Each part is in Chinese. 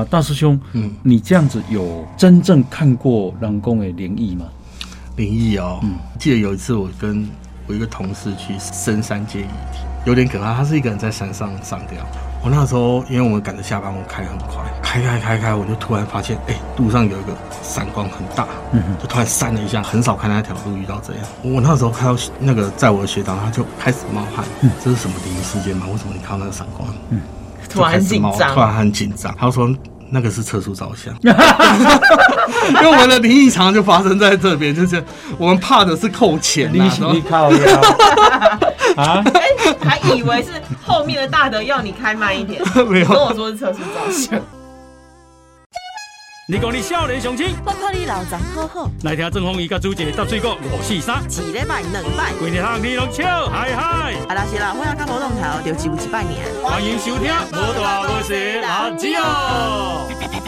那大师兄，你这样子有真正看过人工的灵异吗？ 灵异哦，记得有一次我跟我一个同事去深山接遗体，有点可怕。他是一个人在山上上吊。我那时候因为我们赶着下班，我开很快，开，我就突然发现，路上有一个闪光很大，就突然闪了一下，很少看那条路遇到这样。我那时候看到那个在我的学长，他就开始冒汗，这是什么灵异事件吗？为什么你看到那个闪光？ 突然很紧张，他说那个是测速照相，因为我们的灵异常常就发生在这边，就是我们怕的是扣钱你靠腰啊！还以为是后面的大德要你开慢一点， 没有跟我说是测速照相。 你讲你少年雄心， 我看你老张好好。 来听郑弘仪甲朱姐搭水果543， 一礼拜2摆， 规日通你拢笑嗨嗨。 啊，若是老伙仔甲无龙头，就只有一摆尔。 欢迎收听无大无小垃圾哦。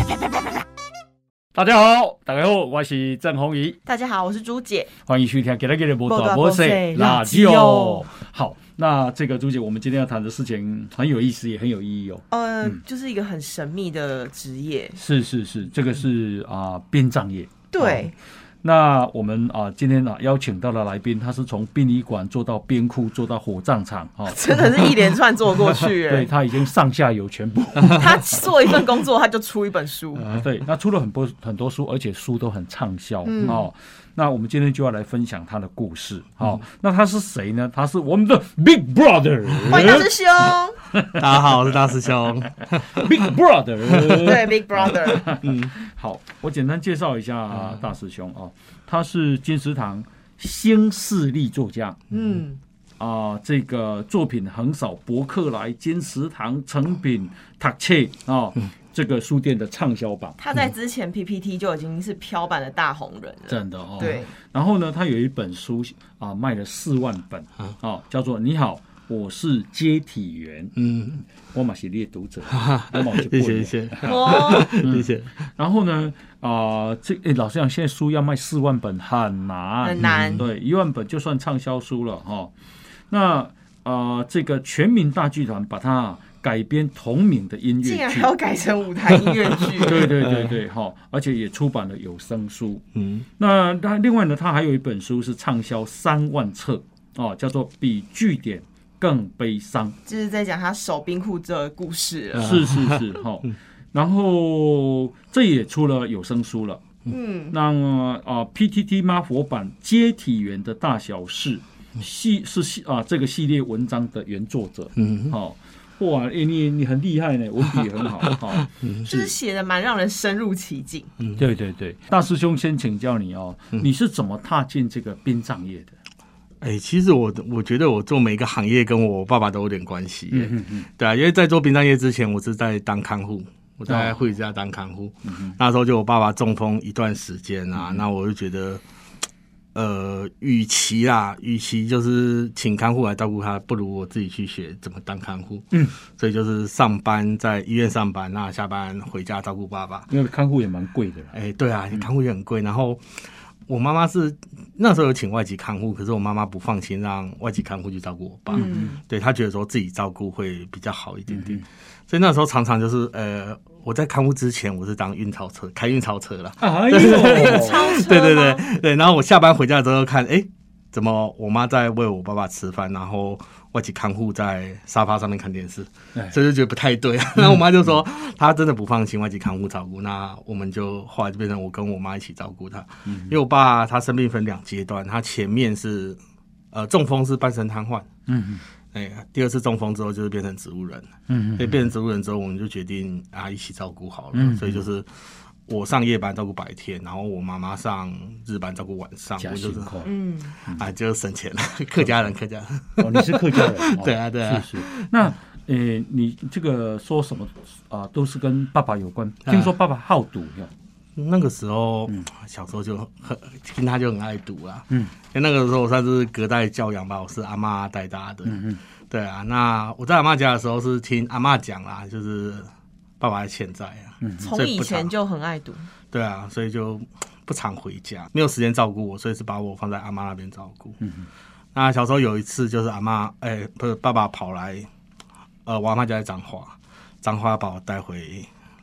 大家好，我是郑弘仪。 大家好，我是朱姐。 欢迎收听今天的无大无小垃圾哦。好，那这个朱姐，我们今天要谈的事情很有意思，也很有意义哦。 就是一个很神秘的职业。 是，这个是殡葬业。 对。 那我们今天邀请到的来宾，他是从殡仪馆做到边库，做到火葬场， 真的是一连串做过去。 对，他已经上下游全部。 他做一份工作，他就出一本书。 对，那出了很多书，而且书都很畅销那我们今天就要来分享他的故事。那他是谁呢？他是我们的 Big Brother， 欢迎大师兄。 大家好，我是大师兄。 Big Brother， 对 Big Brother。 好，我简单介绍一下大师兄他是金石堂新势力作家。这个作品横扫博客来、金石堂、诚品、读册这个书店的畅销榜。 他在之前 PPT 就已经是飘版的大红人了， 真的对。 然后呢，他有一本书卖了4万本叫做《你好，我是接体员》。我嘛是你的读者， 谢谢。 然后呢，老实讲，现在书要卖4万本很难，对，1万本就算畅销书了那这个全民大剧团把它改编同名的音乐剧， 竟然还要改成舞台音乐剧。 对，而且也出版了有声书。那另外呢，他还有一本书是畅销3万册叫做《比据点更悲伤》， 就是在讲他守冰库这个故事了。 是然后这也出了有声书了。那PTT 妈佛版接体员的大小事这个系列文章的原作者。哇，你很厉害呢，文笔很好。 就是写的蛮让人深入其境。 对，大师兄先请教你你是怎么踏进这个殡葬业的？ 其实我觉得我做每一个行业跟我爸爸都有点关系。对啊，因为在做殡葬业之前，我是在当看护，我在护理家当看护。那时候就我爸爸中风一段时间那我就觉得，与其就是请看护来照顾他，不如我自己去学怎么当看护。所以就是上班在医院上班，那下班回家照顾爸爸。 因为看护也蛮贵的啦。 对啊，看护也很贵。然后我妈妈是那时候有请外籍看护，可是我妈妈不放心让外籍看护去照顾我爸。对，她觉得说自己照顾会比较好一点点。所以那时候常常就是我在看护之前，我是当开运钞车啦。对。然后我下班回家之后看，怎么我妈在喂我爸爸吃饭，然后外籍看护在沙发上面看电视，所以就觉得不太对。然后我妈就说，她真的不放心外籍看护照顾，那我们就后来就变成我跟我妈一起照顾她。因为我爸他生病分2阶段，他前面是中风是半身瘫痪。第2次中风之后就是变成植物人。所以变成植物人之后，我们就决定一起照顾好了。所以就是我上夜班照顾白天，然后我妈妈上日班照顾晚上。我就是就省钱了。客家人。 你是客家人？ 对啊。 是。那你这个说什么都是跟爸爸有关。听说爸爸好赌。 那个时候小时候就听他就很爱赌啦。因为那个时候我算是隔代教养吧，我是阿嬷带大的。对啊，那我在阿嬷家的时候是听阿嬷讲啦，就是爸爸还欠债从以前就很爱赌。 对啊，所以就不常回家，没有时间照顾我，所以是把我放在阿嬷那边照顾。那小时候有一次就是爸爸跑来我阿嬷家在彰化把我带回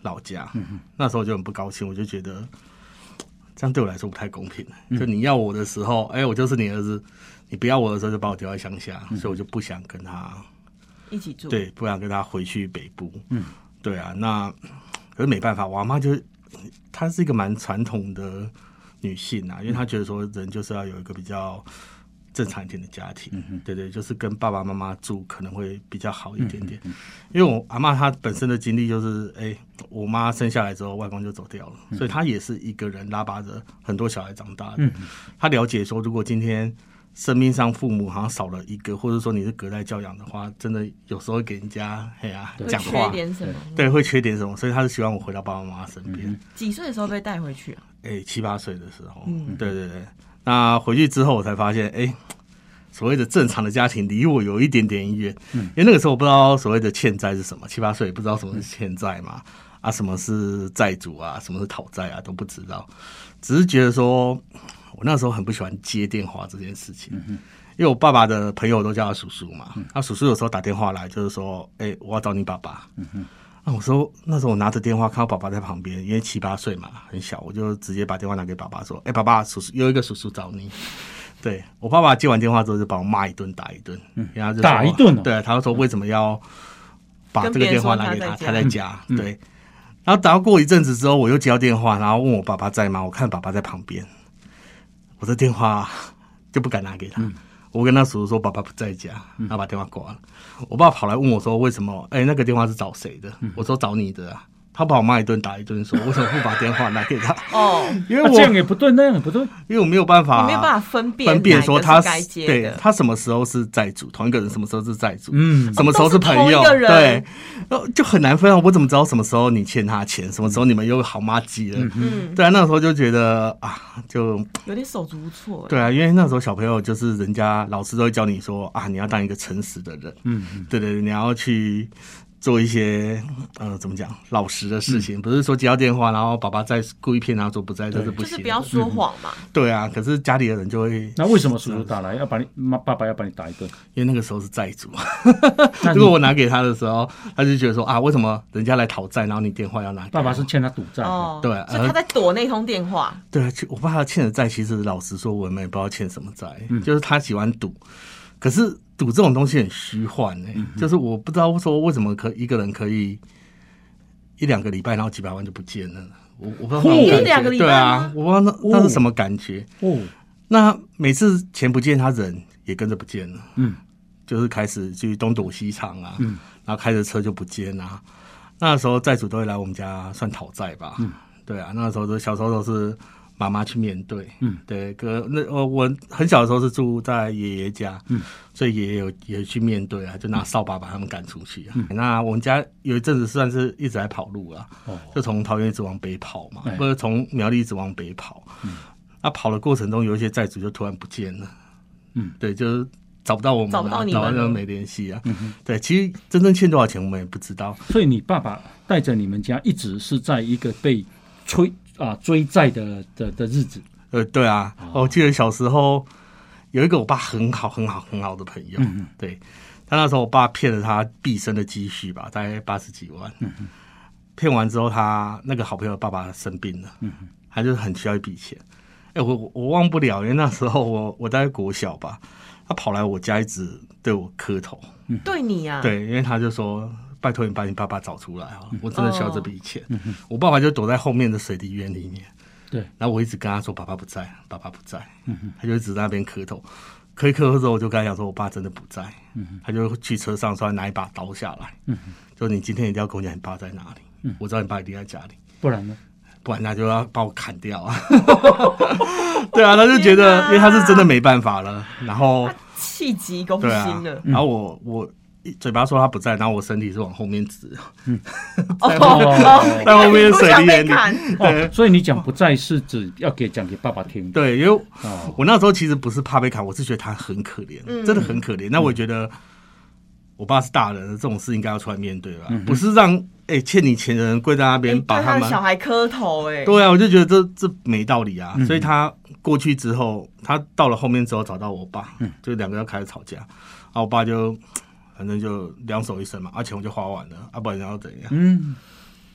老家，那时候就很不高兴，我就觉得这样对我来说不太公平。就你要我的时候，我就是你儿子；你不要我的时候，就把我丢在乡下，所以我就不想跟他一起住， 对，不想跟他回去北部。对啊，那可是没办法，我阿妈她是一个蛮传统的女性啊，因为她觉得说人就是要有一个比较正常一点的家庭，对对，就是跟爸爸妈妈住可能会比较好一点点。因为我阿嬷她本身的经历就是，我妈生下来之后，外公就走掉了，所以她也是一个人拉拔着很多小孩长大的。她了解说，如果今天生命上父母好像少了一个，或者说你是隔代教养的话，真的有时候会给人家讲话， 缺点什么？ 对，会缺点什么，所以她是希望我回到爸爸妈妈身边。 几岁的时候被带回去啊 ？7、8岁的时候，对对对。那回去之后，我才发现，所谓的正常的家庭离我有一点点远，因为那个时候我不知道所谓的欠债是什么，7、8岁也不知道什么是欠债嘛，什么是债主啊，什么是讨债啊，都不知道，只是觉得说，我那时候很不喜欢接电话这件事情，因为我爸爸的朋友都叫他叔叔嘛，叔叔有时候打电话来就是说，我要找你爸爸，我说那时候我拿着电话看到爸爸在旁边，因为7、8岁嘛，很小，我就直接把电话拿给爸爸说，爸爸，叔叔有一个叔叔找你。对，我爸爸接完电话之后就把我骂一顿打一顿，然后就打一顿对，他就说为什么要把这个电话拿给他，他在家，对。然后打到过一阵子之后，我又接到电话，然后问我爸爸在吗？我看爸爸在旁边，我这电话就不敢拿给他。我跟他叔叔说爸爸不在家，然后把电话挂了。我爸跑来问我说为什么？那个电话是找谁的？我说找你的啊。他把我骂一顿打一顿，说为什么不把电话拿给他？因为我这样也不对，那样也不对， 因为我没有办法， 你没有办法分辨说他对他什么时候是债主，同一个人什么时候是债主，什么时候是朋友，对，就很难分啊。我怎么知道什么时候你欠他钱，什么时候你们又好妈鸡了？对啊，那时候就觉得就有点手足无措。 对啊，因为那时候小朋友就是人家老师都会教你说你要当一个诚实的人，对对，你要去做一些怎么讲老实的事情，不是说接到电话然后爸爸在故意骗他说不在，这是不行的， 就是不要说谎嘛。 对啊，可是家里的人就会， 那为什么叔叔打来要把你爸爸要把你打一顿？ 因为那个时候是债主，如果我拿给他的时候，他就觉得说为什么人家来讨债，然后你电话要拿给他？ 爸爸是欠他赌债， 对， 所以他在躲那通电话。 对，我爸他欠的债，其实老实说，我们也不知道欠什么债，就是他喜欢赌，可是赌这种东西很虚幻就是我不知道说为什么一个人可以1、2个礼拜，然后几百万就不见了。我不知道 1、2个礼拜， 对啊，我不知道那是什么感觉。那每次钱不见，他人也跟着不见了。就是开始去东躲西藏啊，然后开着车就不见啊。那时候债主都会来我们家算讨债吧。对啊，那时候小时候都是妈妈去面对，对，我很小的时候是住在爷爷家，所以爷爷也去面对啊，就拿扫把把他们赶出去啊。那我们家有一阵子算是一直在跑路啊，就从桃园一直往北跑嘛，或者从苗栗一直往北跑。那跑的过程中，有一些债主就突然不见了，对，就是找不到我们，找不到你们，就没联系啊。对，其实真正欠多少钱我们也不知道。 所以你爸爸带着你们家一直是在一个被追债的日子。 对啊，我记得小时候有一个我爸很好的朋友，对，他那时候我爸骗了他毕生的积蓄吧，大概80几万，骗完之后他那个好朋友爸爸生病了，他就很需要一笔钱，我忘不了，因为那时候我大概国小吧，他跑来我家一直对我磕头， 对你啊， 对，因为他就说拜托你把你爸爸找出来啊！我真的需要这笔钱。我爸爸就躲在后面的水梨园里面。对，然后我一直跟他说爸爸不在，爸爸不在。他就一直在那边磕头，磕一磕之后，我就跟他讲说我爸真的不在。他就去车上说拿一把刀下来，就你今天一定要跟我讲你爸在哪里。我知道你爸一定在家里， 不然呢？ 不然他就要把我砍掉啊！对啊，他就觉得因为他是真的没办法了，然后气急攻心了。 然后我嘴巴说他不在，然后我身体是往后面指，在后面水里眼里。 所以你讲不在是指要讲给爸爸听。 对，因为我那时候其实不是怕被砍，我是觉得他很可怜，真的很可怜。那我觉得我爸是大人，这种事应该要出来面对吧，不是让欠你钱的人跪在那边把他们小孩磕头。 对啊，我就觉得这没道理啊。所以他过去之后，他到了后面之后找到我爸，就2个要开始吵架，然后我爸就反正就两手一伸嘛，钱我就花完了，不然要怎样？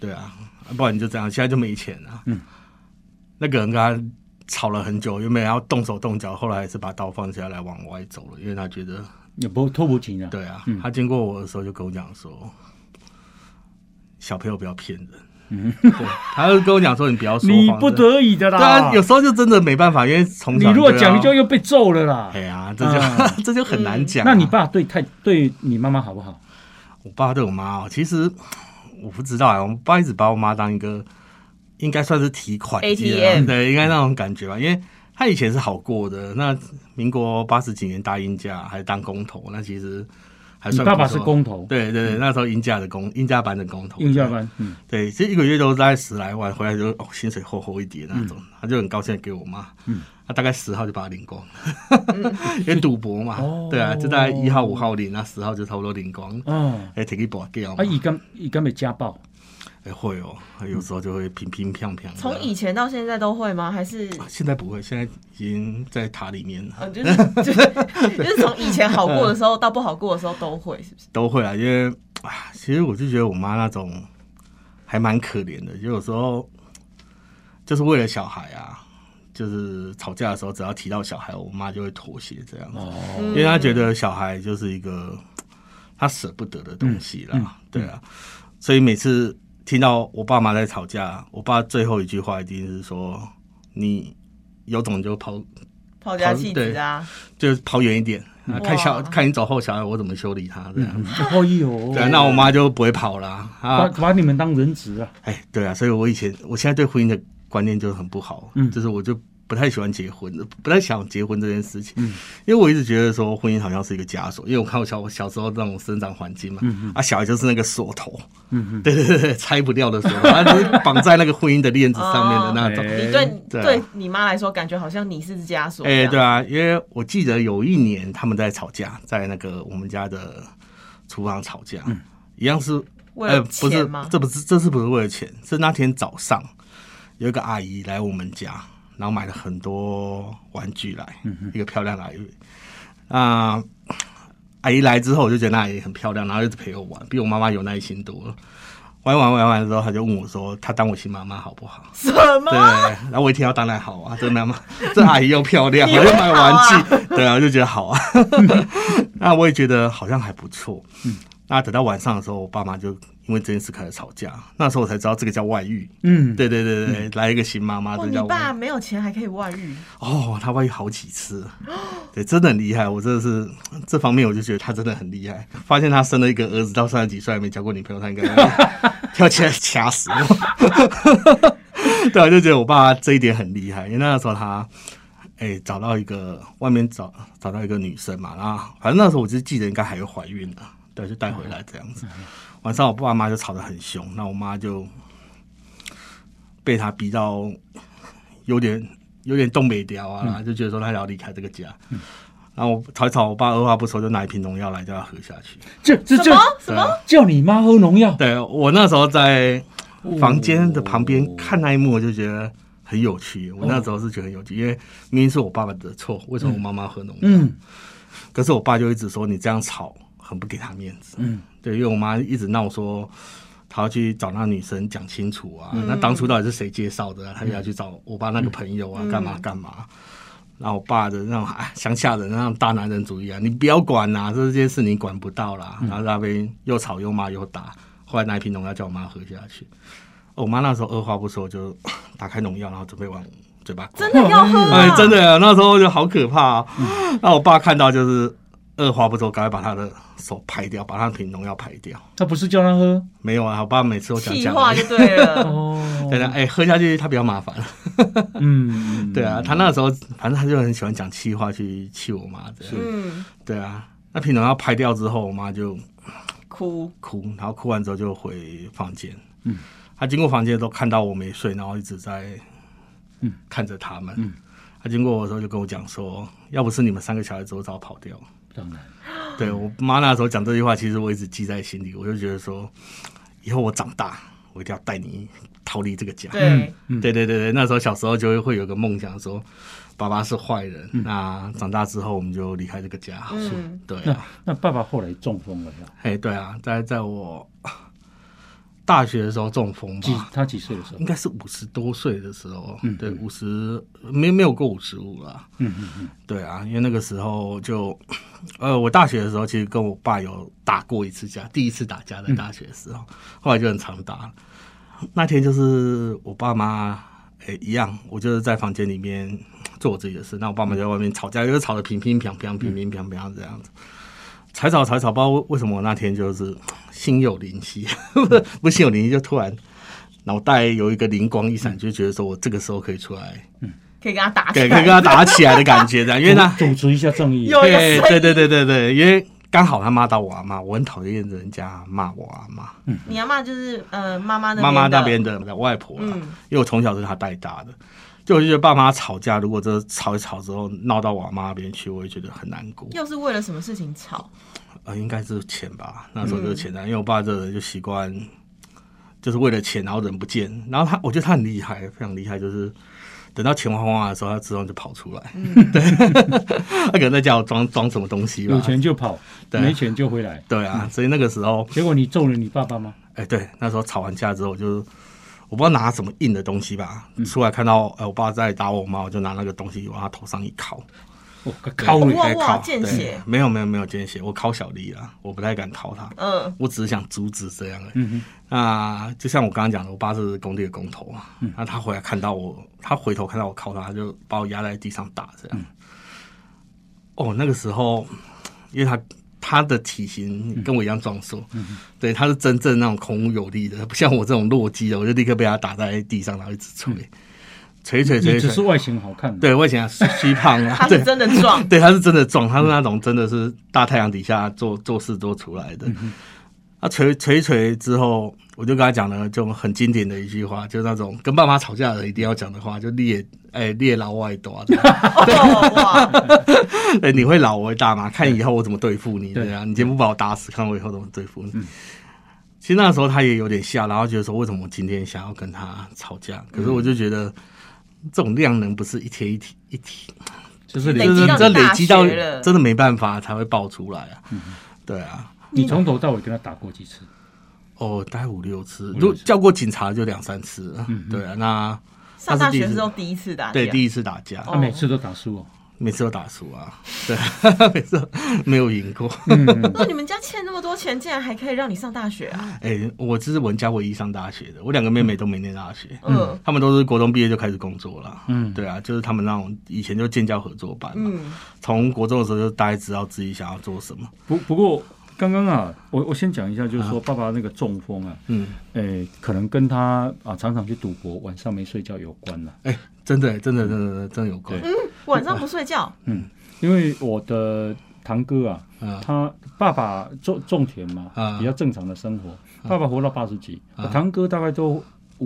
对啊，不然你就这样，现在就没钱了。那个人跟他吵了很久，原本要动手动脚，后来还是把刀放下来往外走了，因为他觉得也不拖不起啊。 对啊，他经过我的时候就跟我讲说，小朋友不要骗人。对，他就跟我讲说，你不要说谎， 你不得已的啦。 对啊，有时候就真的没办法，因为从小你如果讲，你就又被揍了啦。 哎呀，这就很难讲。 那你爸对你妈妈好不好？ 我爸对我妈其实我不知道啊，我爸一直把我妈当一个应该算是提款机 ATM， 对，应该那种感觉吧，因为他以前是好过的。那民国80几年大鹰架还当工头，那其实还算不错。 你爸爸是工头， 对对对，那时候鹰架班的工头， 鹰架班， 对，其实一个月都在10来万，回来就薪水厚一点那种，他就很高兴的给我妈，他大概10号就把它领光，因为赌博嘛，对啊，就大概1号5号领，那10号就差不多领光，提去保掉嘛。 伊敢被家暴？ 会哦，有时候就会乒乒乓乓。 从以前到现在都会吗？还是现在不会？现在已经在塔里面了。 就是从以前好过的时候到不好过的时候都会，是不是？ 都会啊，因为其实我就觉得我妈那种还蛮可怜的，就有时候就是为了小孩啊，就是吵架的时候，只要提到小孩，我妈就会妥协这样子，因为她觉得小孩就是一个她舍不得的东西啦，对啊，所以每次听到我爸妈在吵架，我爸最后一句话一定是说：“你有种就抛家弃子啊， 就跑远一点，看你走后，小孩我怎么修理他这样。” 哦哟， 对，那我妈就不会跑啦， 把你们当人质啊！ 哎，对啊，所以我现在对婚姻的观念就很不好，就是我就不太喜欢结婚，不太想结婚这件事情，因为我一直觉得说婚姻好像是一个枷锁，因为我看我小时候那种生长环境嘛，小孩就是那个锁头，对对对，拆不掉的锁头，它就是绑在那个婚姻的链子上面的那种。 你对你妈来说，感觉好像你是枷锁。 哎，对啊，因为我记得有一年他们在吵架，在那个我们家的厨房吵架，一样是为了钱吗？ 这次不是为了钱，是那天早上有一个阿姨来我们家。然后买了很多玩具来，一个漂亮的阿姨。阿姨来之后，我就觉得那阿姨很漂亮，然后一直陪我玩，比我妈妈有耐心多了。玩完之后，她就问我说：“她当我新妈妈好不好？” 什么？ 对，然后我一听到当然好啊，真的吗？这阿姨又漂亮，我又买玩具，对啊，我就觉得好啊。那我也觉得好像还不错。那等到晚上的时候，我爸妈就因为这件事开始吵架，那时候我才知道这个叫外遇。对，来一个新妈妈，这叫外遇。 你爸没有钱还可以外遇？ 哦，他外遇好几次，对，真的很厉害。我真的是这方面，我就觉得他真的很厉害。发现他生了一个儿子，到30几岁还没交过女朋友，他应该跳起来掐死我。对，我就觉得我爸这一点很厉害，因为那时候他找到一个外面找到一个女生嘛，然后反正那时候我就记得应该还有怀孕了。对，就带回来这样子。晚上我爸妈就吵得很凶，那我妈就被他逼到有点东北调啊，就觉得说他要离开这个家。然后我吵，我爸二话不说就拿一瓶农药来叫他喝下去。 什么？ 叫你妈喝农药？ 对，我那时候在房间的旁边看那一幕，我就觉得很有趣。我那时候是觉得很有趣，因为明明是我爸爸的错，为什么我妈妈喝农药？可是我爸就一直说你这样吵。很不给他面子，对，因为我妈一直闹说，她要去找那女生讲清楚啊，那当初到底是谁介绍的？她要去找我爸那个朋友啊，干嘛？然后我爸的那种乡下人那种大男人主义啊，你不要管啊，这件事你管不到啦。然后那边又吵又骂又打，后来拿一瓶农药叫我妈喝下去。我妈那时候二话不说就打开农药，然后准备往嘴巴灌。 真的要喝啊？ 真的，那时候就好可怕啊。那我爸看到就是二话不说，赶快把他的手拍掉，把他的瓶农药拍掉。 他不是叫他喝？ 没有啊，我爸每次都讲气话就对了。 对啊，喝下去他比较麻烦。对啊，他那时候反正他就很喜欢讲气话去气我妈这样。对啊，那瓶农药拍掉之后，我妈就哭， 然后哭完之后就回房间。他经过房间都看到我没睡，然后一直在看着他们。他经过我的时候就跟我讲说，要不是你们3个小孩子，我早跑掉了。 当然， 对我妈那时候讲这句话，其实我一直记在心里。我就觉得说，以后我长大，我一定要带你逃离这个家。 对， 那时候小时候就会有个梦想说，爸爸是坏人，那长大之后我们就离开这个家。对啊， 那爸爸后来中风了呀？ 对啊，在我大学的时候中风吧。 他几岁的时候？ 应该是50多岁的时候，对，50没有过55啦。对啊，因为那个时候就，我大学的时候其实跟我爸有打过一次架，第一次打架在大学的时候，后来就很常打。那天就是我爸妈一样，我就是在房间里面做我自己的事，那我爸妈在外面吵架，就是吵得乒乒乓乓这样子。吵，不知道为什么我那天就是心有灵犀，不心有灵犀，就突然脑袋有一个灵光一闪，就觉得说我这个时候可以出来， 可以跟他打起对， 来， 可以跟他打起来的感觉，这样，因为那主持一下正义， 对，因为刚好他骂到我阿嬷，我很讨厌人家骂我阿嬷。 你阿嬷就是妈妈那边的外婆啦，因为我从小是她带大的。就我就觉得爸妈吵架，如果这吵一吵之后闹到我阿嬷那边去，我也觉得很难过。 又是为了什么事情吵？ 应该是钱吧，那时候就是钱因为我爸这个人就习惯，就是为了钱然后人不见。然后我觉得他很厉害，非常厉害，就是等到钱花完的时候，他自动就跑出来。对，他可能在家里装什么东西吧， 有钱就跑，没钱就回来。 对啊，所以那个时候， 结果你揍了你爸爸吗？ 对，那时候吵完架之后我不知道拿什么硬的东西吧，出来看到我爸在打我妈，我就拿那个东西往他头上一敲， 敲你， 哇，见血？ 没有见血，我敲小力啦，我不太敢敲他，我只是想阻止这样而已。那就像我刚刚讲的，我爸是工地的工头嘛，那他回来看到我，他回头看到我敲他，他就把我压在地上打这样。那个时候，因为他的体型跟我一样壮硕，对，他是真正那种孔武有力的，不像我这种弱鸡的，我就立刻被他打在地上，然后一直捶。你只是外形好看的， 对，外形虚胖啊， 他是真的壮， 对，他是真的壮，他是那种真的是大太阳底下做事做出来的。捶之后，我就跟他讲了就很经典的一句话，就是那种跟爸妈吵架的人一定要讲的话，就猎老外多哇，你会老我会大嘛？看以后我怎么对付你，对啊，你今天不把我打死，看我以后怎么对付你。其实那时候他也有点吓，然后觉得说为什么我今天想要跟他吵架？可是我就觉得这种量能不是一天一提，就是累积到真的没办法才会爆出来啊。对啊， 你从头到尾跟他打过几次？ 大概5、6次，如果叫过警察就2、3次了。对啊，那上大学的时候第一次打架， 对，第一次打架， 他每次都打输哦。 每次都打输啊，对，每次没有赢过。 那你们家欠那么多钱，竟然还可以让你上大学啊？ 我这是我们家唯一上大学的，我2个妹妹都没念大学，他们都是国中毕业就开始工作了。对啊，就是他们那种以前就建教合作班嘛，从国中的时候就大概知道自己想要做什么。 不过刚刚啊，我先讲一下，就是说爸爸那个中风啊，可能跟他常常去赌博，晚上没睡觉有关了。 真的有关。 晚上不睡觉。 因为我的堂哥啊，他爸爸种田嘛，比较正常的生活。爸爸活到80几，我堂哥大概都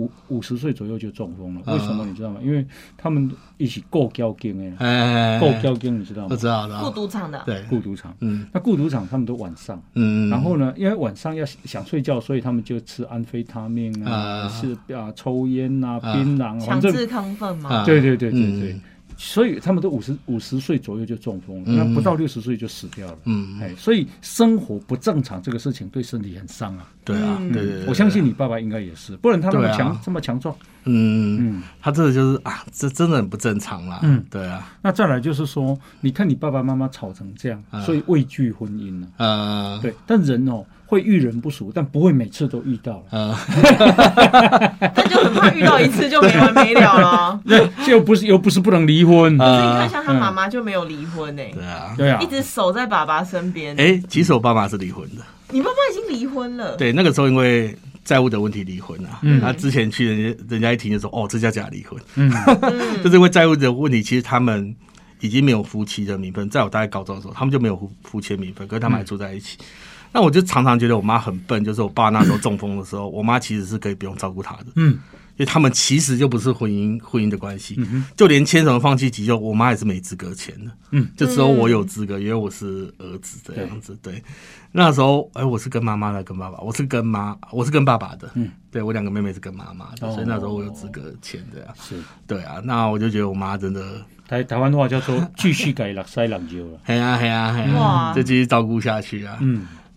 50岁左右就中风了。为什么你知道吗？因为他们一起购交金购交金你知道吗？ 不知道。 雇赌场的， 对， 雇赌场。那雇赌场他们都晚上，然后呢，因为晚上要想睡觉，所以他们就吃安非他命抽烟槟榔， 强制亢奋嘛。 对。所以他们都50岁左右就中风了，那不到60岁就死掉了。所以生活不正常这个事情对身体很伤啊。 对啊，对， 我相信你爸爸应该也是，不然他那么这么强壮。 他这个就是这真的很不正常啦。对啊。 那再来就是说，你看你爸爸妈妈吵成这样，所以畏惧婚姻了。对，但人会遇人不淑，但不会每次都遇到了。 但就很怕遇到一次就没完没了了。 又不是不能离婚。 可是你看，像他妈妈就没有离婚对啊， 一直守在爸爸身边。 其实我爸妈是离婚的。 你爸爸已经离婚了？ 对，那个时候因为债务的问题离婚啊。他之前去人家一听就说这叫假离婚。就是因为债务的问题，其实他们已经没有夫妻的名分。在我大概高中的时候，他们就没有夫妻的名分，可是他们还住在一起。那我就常常觉得我妈很笨，就是我爸那时候中风的时候，我妈其实是可以不用照顾他的。因为他们其实就不是婚姻的关系，就连签什么放弃急救，我妈也是没资格签的。就只有我有资格，因为我是儿子这样子。对，那时候我是跟妈妈的，跟爸爸，我是跟爸爸的。对，我2个妹妹是跟妈妈的，所以那时候我有资格签的呀。 是， 对啊，那我就觉得我妈真的台湾话叫做继续改六塞两揪了。 嘿啊，就继续照顾下去啊。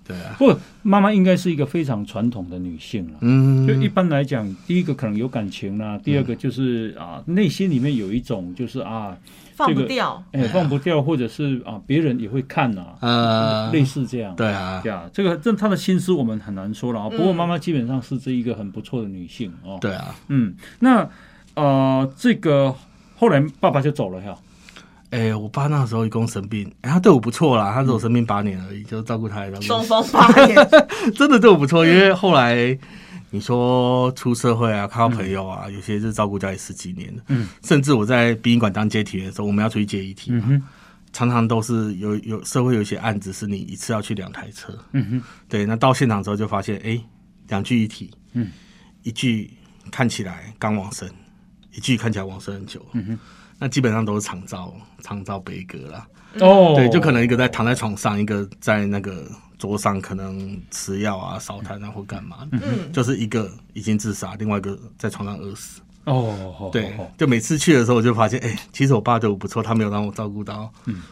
对啊， 不过妈妈应该是一个非常传统的女性了。就一般来讲，第一个可能有感情啦，第二个就是内心里面有一种就是放不掉， 放不掉，或者是别人也会看类似这样。 对啊， 这个她的心思我们很难说了。不过妈妈基本上是这一个很不错的女性哦。 对啊， 那这个后来爸爸就走了哈。 我爸那时候一共生病，他对我不错啦，他只有生病8年而已，就照顾他， 中风8年， 真的对我不错。因为后来你说出社会看到朋友有些是照顾家里10几年的，甚至我在殡仪馆当接体员的时候，我们要出去接遗体嘛，常常都是有社会有一些案子是你一次要去2台车，对，那到现场之后就发现，2具遗体，一具看起来刚往生，一具看起来往生很久了，那基本上都是长照悲歌啦。对，就可能一个在躺在床上，一个在那个桌上可能吃药烧炭或干嘛的，就是一个已经自杀，另外一个在床上饿死。对，就每次去的时候我就发现，其实我爸对我不错，他没有让我照顾到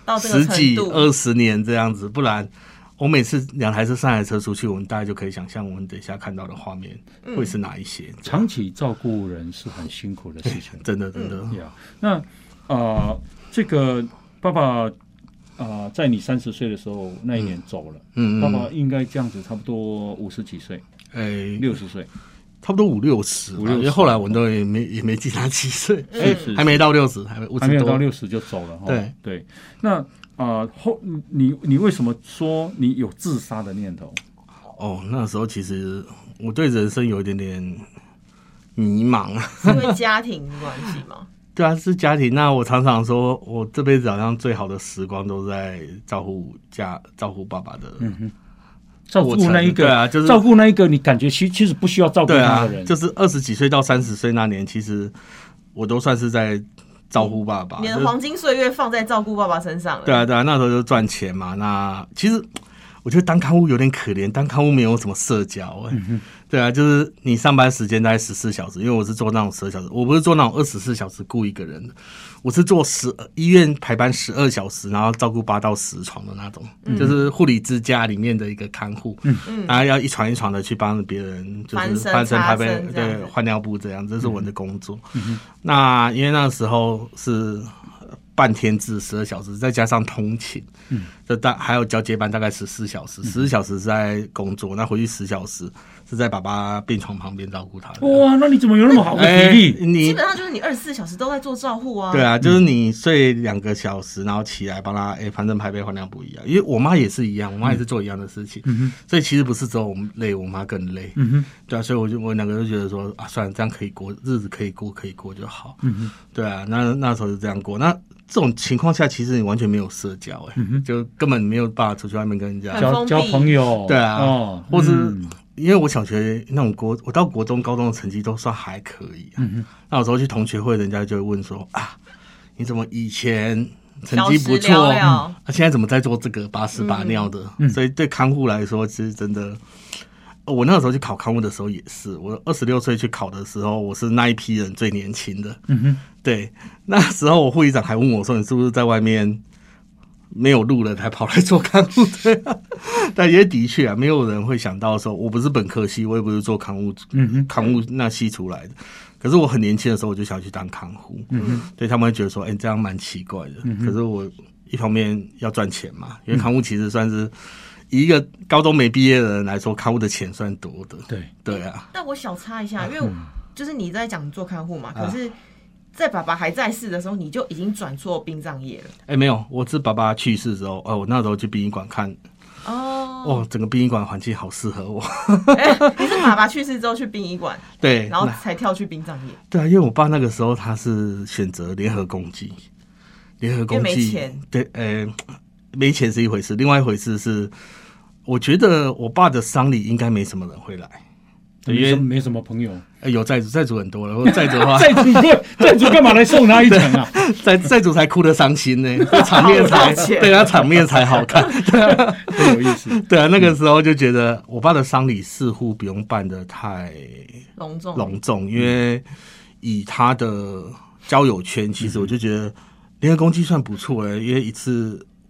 10几20年这样子，不然我每次2台车3台车出去，我们大概就可以想象我们等一下看到的画面会是哪一些。 长期照顾人是很辛苦的事情， 真的。 那这个爸爸在你30岁的时候那一年走了，爸爸应该这样子差不多50几岁，60岁， 差不多50，因为后来我都也没记他几岁，还没到60，还没有到60就走了。对，那你为什么说你有自杀的念头？ 那时候其实我对人生有一点点迷茫， 是因为家庭关系吗？ 对啊，是家庭。那我常常说，我这辈子好像最好的时光都在照顾爸爸的， 照顾那一个， 对啊，就是照顾那一个，你感觉其实不需要照顾他的人， 就是20几岁到30岁那年，其实我都算是在照顾爸爸， 你的黄金岁月放在照顾爸爸身上了。 对啊，那时候就赚钱嘛。那其实我觉得当看护有点可怜，当看护没有什么社交对啊，就是你上班时间大概14小时，因为我是做那种12小时，我不是做那种24小时雇一个人的，我是做医院排班12小时，然后照顾8到10床的那种，就是护理之家里面的一个看护，然后要一床一床的去帮别人，就是翻身拍背，对，换尿布这样，这是我的工作。那因为那时候是半天制12小时，再加上通勤，还有交接班大概14小时，14小时是在工作，那回去10小时是在爸爸病床旁边照顾他的。 哇，那你怎么有那么好的体力？ 基本上就是你24小时都在做照护啊。 对啊，就是你睡2个小时，然后起来帮他反正排背换尿布一样。因为我妈也是一样，我妈也是做一样的事情，所以其实不是只有我们累，我妈更累。对啊，所以我们2个就觉得说算了，这样可以过日子，可以过就好。对啊，那时候就这样过。那这种情况下，其实你完全没有社交，就根本没有办法出去外面跟人家交朋友。 对啊，或是因为我小学那种我到国中、高中的成绩都算还可以那有时候去同学会，人家就会问说你怎么以前成绩不错，现在怎么在做这个把屎把尿的？所以对看护来说，其实真的。我那个时候去考看护的时候也是，我26岁去考的时候，我是那一批人最年轻的。对，那时候我护理长还问我说：“你是不是在外面没有路了才跑来做看护？”对但也的确没有人会想到说，我不是本科系，我也不是做看护，看护那系出来的。可是我很年轻的时候，我就想去当看护。对，他们会觉得说：“这样蛮奇怪的。”可是我一方面要赚钱嘛，因为看护其实算是。以一个高中没毕业的人来说，看护的钱算多的。对啊。 但我小插一下，因为就是你在讲做看护嘛，可是，在爸爸还在世的时候，你就已经转做殡葬业了。 没有，我是爸爸去世之后，我那时候去殡仪馆看。整个殡仪馆环境好适合我。 你是爸爸去世之后去殡仪馆， 对， 然后才跳去殡葬业。 对啊，因为我爸那个时候他是选择联合公祭，因为没钱。 对，没钱是一回事，另外一回事是。我觉得我爸的丧礼应该没什么人会来， 因为没什么朋友。 有债主很多了，或债主的话， 债主干嘛来送他一程啊？ 债主才哭得伤心呢，场面场面才好看， 很有意思。 对啊，那个时候就觉得我爸的丧礼似乎不用办得太隆重，因为以他的交友圈，其实我就觉得联合公祭算不错因为一次。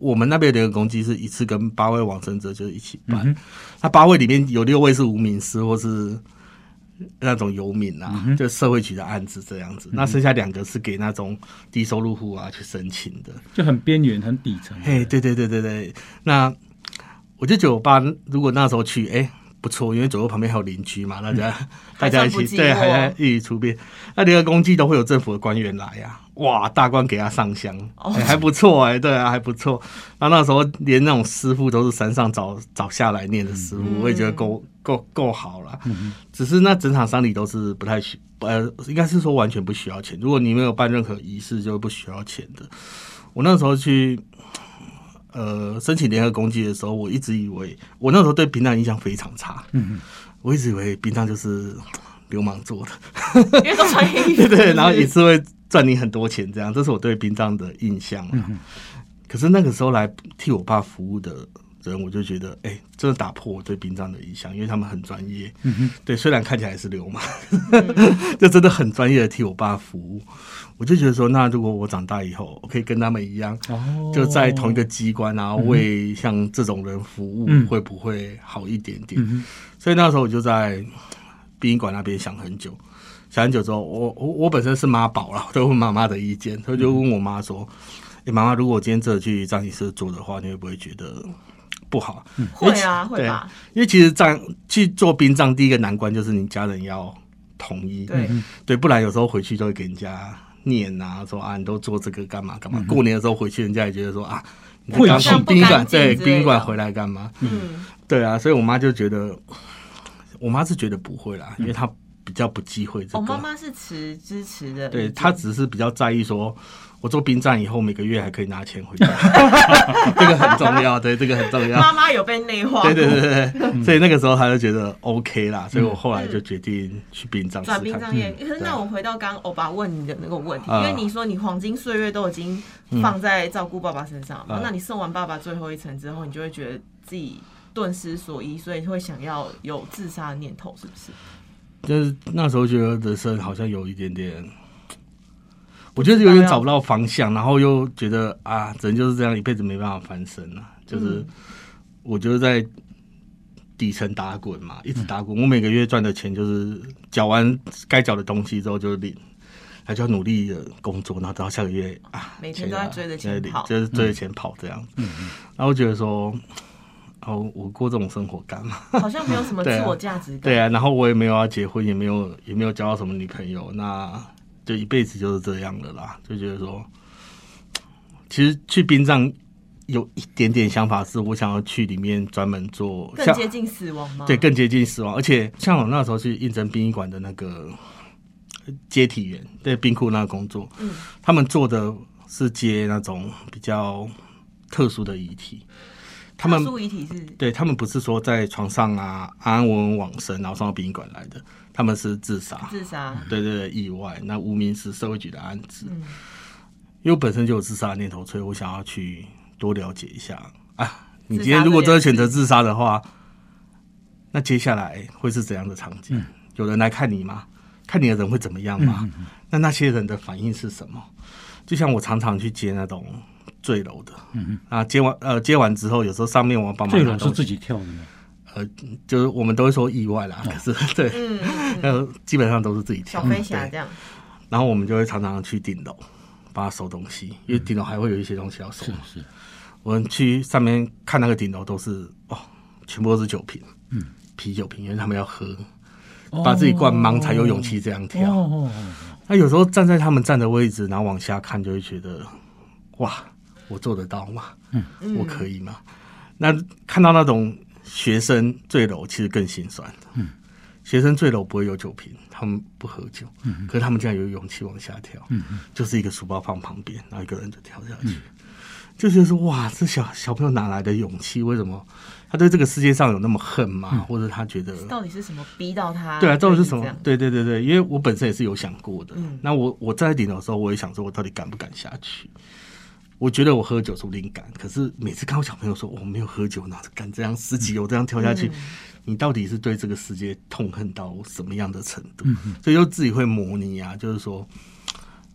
我们那边的联合公祭是一次跟8位往生者就是一起办，那8位里面有6位是无名尸或是那种游民啊，就社会局的案子这样子，那剩下2个是给那种低收入户啊去申请的， 就很边缘很底层。 对，那我就觉得我爸如果那时候去不错，因为左右旁边还有邻居嘛，大家一起对，还在一起出殡。那联合公祭都会有政府的官员来啊，哇，大官给他上香，还不错对啊，还不错。然后那时候连那种师傅都是山上找下来念的师傅，我也觉得够好了。只是那整场丧礼都是不太应该是说完全不需要钱。如果你没有办任何仪式，就不需要钱的。我那时候去。申请联合公祭的时候，我一直以为我那时候对殡葬印象非常差。我一直以为殡葬就是流氓做的， 因为都穿衣服， 对，然后一次会赚你很多钱，这样，这是我对殡葬的印象。可是那个时候来替我爸服务的人，我就觉得，真的打破我对殡葬的印象，因为他们很专业。对，虽然看起来是流氓，就真的很专业的替我爸服务。我就觉得说，那如果我长大以后，我可以跟他们一样，就在同一个机关，然后为像这种人服务，会不会好一点点？所以那时候我就在殡仪馆那边想很久之后，我本身是妈宝啦，我都问妈妈的意见，所以就问我妈说：“妈妈，如果我今天真的去葬仪社做的话，你会不会觉得不好？” 会啊，会吧？ 因为其实去做殡葬，第一个难关就是你家人要同意，对，不然有时候回去就会给人家念啊，说啊，你都做这个干嘛？过年的时候回去，人家也觉得说啊，你刚从殡仪馆殡仪馆回来干嘛？对啊，所以我妈就觉得，我妈是觉得不会啦，因为她比较不忌讳这个。 妈妈是支持的， 对，她只是比较在意说，我做殡葬以后每个月还可以拿钱回家，这个很重要，对，这个很重要。 妈妈有被内化， 对，所以那个时候她就觉得 OK 啦，所以我后来就决定去殡葬转殡葬业。可是那我回到刚刚欧巴问你的那个问题，因为你说你黄金岁月都已经放在照顾爸爸身上嘛，那你送完爸爸最后一程之后，你就会觉得自己顿失所依，所以会想要有自杀的念头，是不是？ 就是那时候觉得人生好像有一点点，我觉得有点找不到方向，然后又觉得啊，人就是这样，一辈子没办法翻身啊。就是我就是在底层打滚嘛，一直打滚。我每个月赚的钱就是缴完该缴的东西之后就领，还就要努力的工作，然后到下个月啊， 每天都在追着钱跑， 就是追着钱跑这样子。然后我觉得说。我过这种生活干嘛？ 好像没有什么自我价值感。 对啊，然后我也没有要结婚，也没有交到什么女朋友，那就一辈子就是这样了啦。就觉得说，其实去殡葬有一点点想法，是我想要去里面专门做更接近死亡吗？ 对，更接近死亡。而且像我那时候去应征殡仪馆的那个接体员，在冰库那个工作，他们做的是接那种比较特殊的遗体。特殊遗体是？对，他们不是说在床上啊安安稳稳往生，然后送到殡仪馆来的，他们是自杀，对，意外，那无名是社会局的案子。因为我本身就有自杀的念头，所以我想要去多了解一下啊。你今天如果真的选择自杀的话，那接下来会是怎样的场景？有人来看你吗？看你的人会怎么样吗？那些人的反应是什么？就像我常常去接那种坠楼的，接完之后，有时候上面我要帮忙。坠楼是自己跳的吗？ 就是我们都会说意外啦，可是对，基本上都是自己跳。 小飞侠这样。 然后我们就会常常去顶楼帮他收东西，因为顶楼还会有一些东西要收。 是。 我们去上面看那个顶楼都是全部都是酒瓶，啤酒瓶，因为他们要喝，把自己灌茫才有勇气这样跳。那有时候站在他们站的位置，然后往下看，就会觉得哇，我做得到吗？我可以吗？那看到那种学生坠楼，其实更心酸。学生坠楼不会有酒瓶，他们不喝酒，可是他们竟然有勇气往下跳，就是一个书包放旁边，然后一个人就跳下去，就觉得说哇，这小朋友哪来的勇气？为什么他对这个世界上有那么恨吗？或者他觉得到底是什么逼到他？ 对啊，到底是什么？对，因为我本身也是有想过的。那我站在顶楼的时候，我也想说，我到底敢不敢下去？我觉得我喝酒说不定敢，可是每次看到小朋友说我没有喝酒，哪敢这样10几楼这样跳下去？你到底是对这个世界痛恨到什么样的程度？所以就自己会模拟啊，就是说，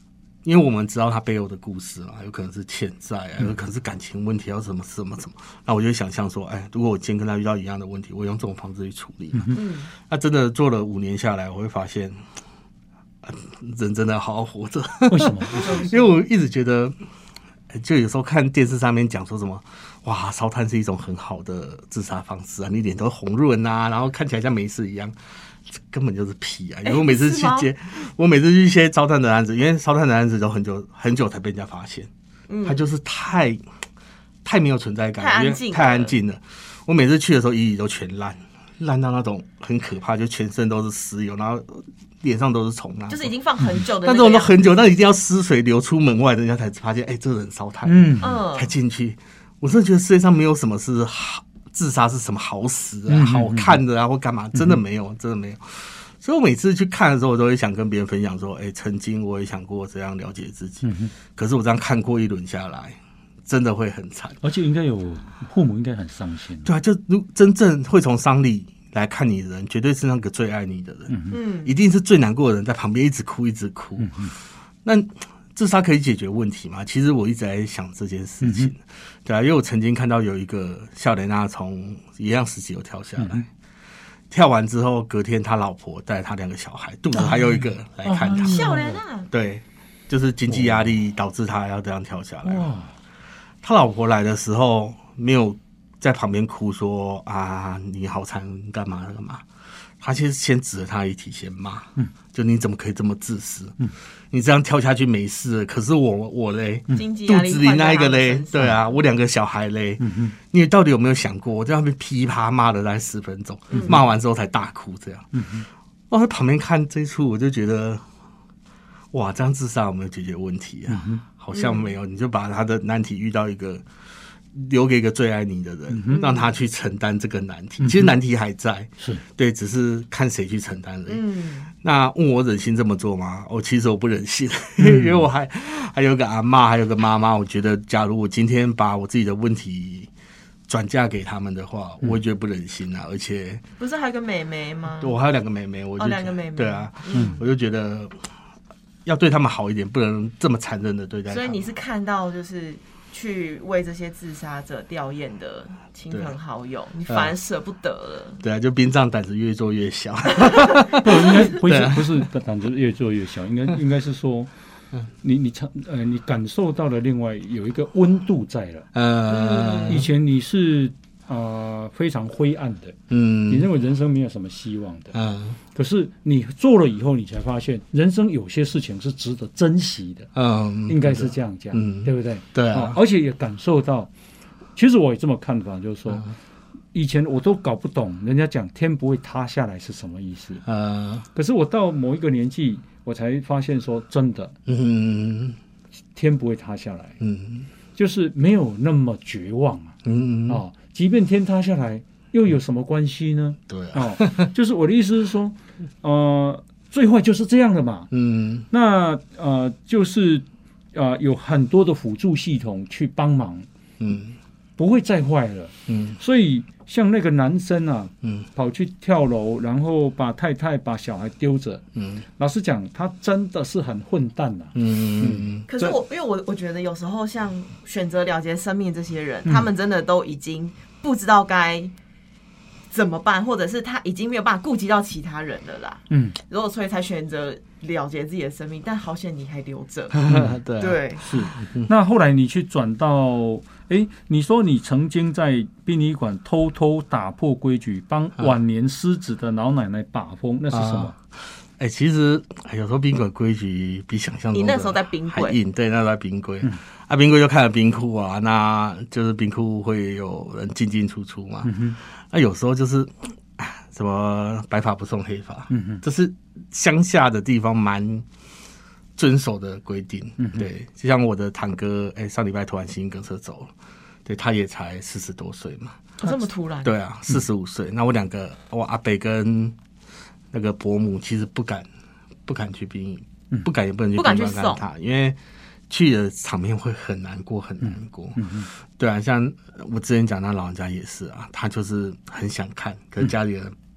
因为我们知道他背后的故事嘛，有可能是欠债啊，有可能是感情问题，要什么，那我就会想象说，如果我今天跟他遇到一样的问题，我用这种方式去处理嘛。那真的做了5年下来，我会发现，人真的好好活着。 为什么？ 因为我一直觉得，就有时候看电视上面讲说什么，哇，烧炭是一种很好的自杀方式啊，你脸都红润啊，然后看起来像没事一样。根本就是屁啊！因为我每次去接烧炭的案子，因为烧炭的案子都很久才被人家发现，他就是太没有存在感，太安静了。我每次去的时候，衣都全烂到那种很可怕，就全身都是尸油，然后脸上都是虫啊， 就是已经放很久的那个样子。 但这种都很久，但一定要湿水流出门外，人家才发现，这个人烧炭，才进去。我真的觉得世界上没有什么是自杀是什么好死啊、好看的啊，或干嘛？真的没有，真的没有。所以我每次去看的时候，我都会想跟别人分享说：“曾经我也想过这样了解自己，可是我这样看过一轮下来，真的会很惨。 而且应该有父母应该很伤心。 对啊，就真正会从丧礼来看你的人，绝对是那个最爱你的人，一定是最难过的人，在旁边一直哭。那自杀可以解决问题吗？其实我一直在想这件事情，对啊，因为我曾经看到有一个少年啊，从一样10几楼跳下来，跳完之后隔天他老婆带他2个小孩，肚子还有一个来看他， 少年啊， 对，就是经济压力导致他要这样跳下来。他老婆来的时候没有在旁边哭说啊你好惨干嘛，他其实先指着他遗体先骂，就你怎么可以这么自私？你这样跳下去没事了，可是我嘞，肚子里那一个嘞，对啊，我2个小孩嘞，你到底有没有想过？我在那边噼啪骂了大概10分钟，骂完之后才大哭这样。我在旁边看这一出，我就觉得，哇，这样自杀有没有解决问题啊？好像没有，你就把他的难题遇到一个。留给一个最爱你的人，让他去承担这个难题。其实难题还在，是对，只是看谁去承担而已。那问我忍心这么做吗？其实我不忍心，因为我还有个阿嬷，还有个妈妈。我觉得，假如我今天把我自己的问题转嫁给他们的话，我会觉得不忍心啊。而且不是还有个妹妹吗？ 对，我还有2个妹妹，我就 2个妹妹， 对啊，我就觉得要对他们好一点，不能这么残忍的对待他们。 所以你是看到就是去为这些自杀者吊唁的亲朋好友，你反而舍不得了。 对啊，就殡葬胆子越做越小。 应该不是胆子越做越小，应该是说，你感受到了另外有一个温度在了。以前你是非常灰暗的，你认为人生没有什么希望的，可是你做了以后，你才发现人生有些事情是值得珍惜的，应该是这样讲，对不对？ 对啊， 而且也感受到，其实我也这么看法，就是说，以前我都搞不懂人家讲天不会塌下来是什么意思，可是我到某一个年纪，我才发现说真的，天不会塌下来，就是没有那么绝望啊，即便天塌下来，又有什么关系呢？ 对啊， 就是我的意思是说，最坏就是这样的嘛。那就是有很多的辅助系统去帮忙，不会再坏了。所以像那个男生啊，跑去跳楼，然后把太太把小孩丢着，老实讲，他真的是很混蛋啊。 可是因为我觉得有时候像选择了结生命这些人，他们真的都已经不知道该怎么办，或者是他已经没有办法顾及到其他人了啦。如果所以才选择了结自己的生命，但好险你还留着。对， 是。那后来你去转到，你说你曾经在殡仪馆偷偷打破规矩，帮晚年失职的老奶奶把风，那是什么？ 其实有时候宾馆规矩比想象中的你那时候在冰柜还硬，对，那时候在冰柜。冰柜就看了冰库啊，那就是冰库会有人进进出出嘛。那有时候就是什么白发不送黑发，这是乡下的地方蛮遵守的规定。对，就像我的堂哥，上礼拜突然心梗塞走了，对，他也才40多岁嘛。 这么突然？ 对啊，45岁。那我阿伯跟那个伯母其实不敢去殡仪，不敢也不能去殡仪馆看他，因为去的场面会很难过，很难过。对啊，像我之前讲那老人家也是啊，他就是很想看，可是家里人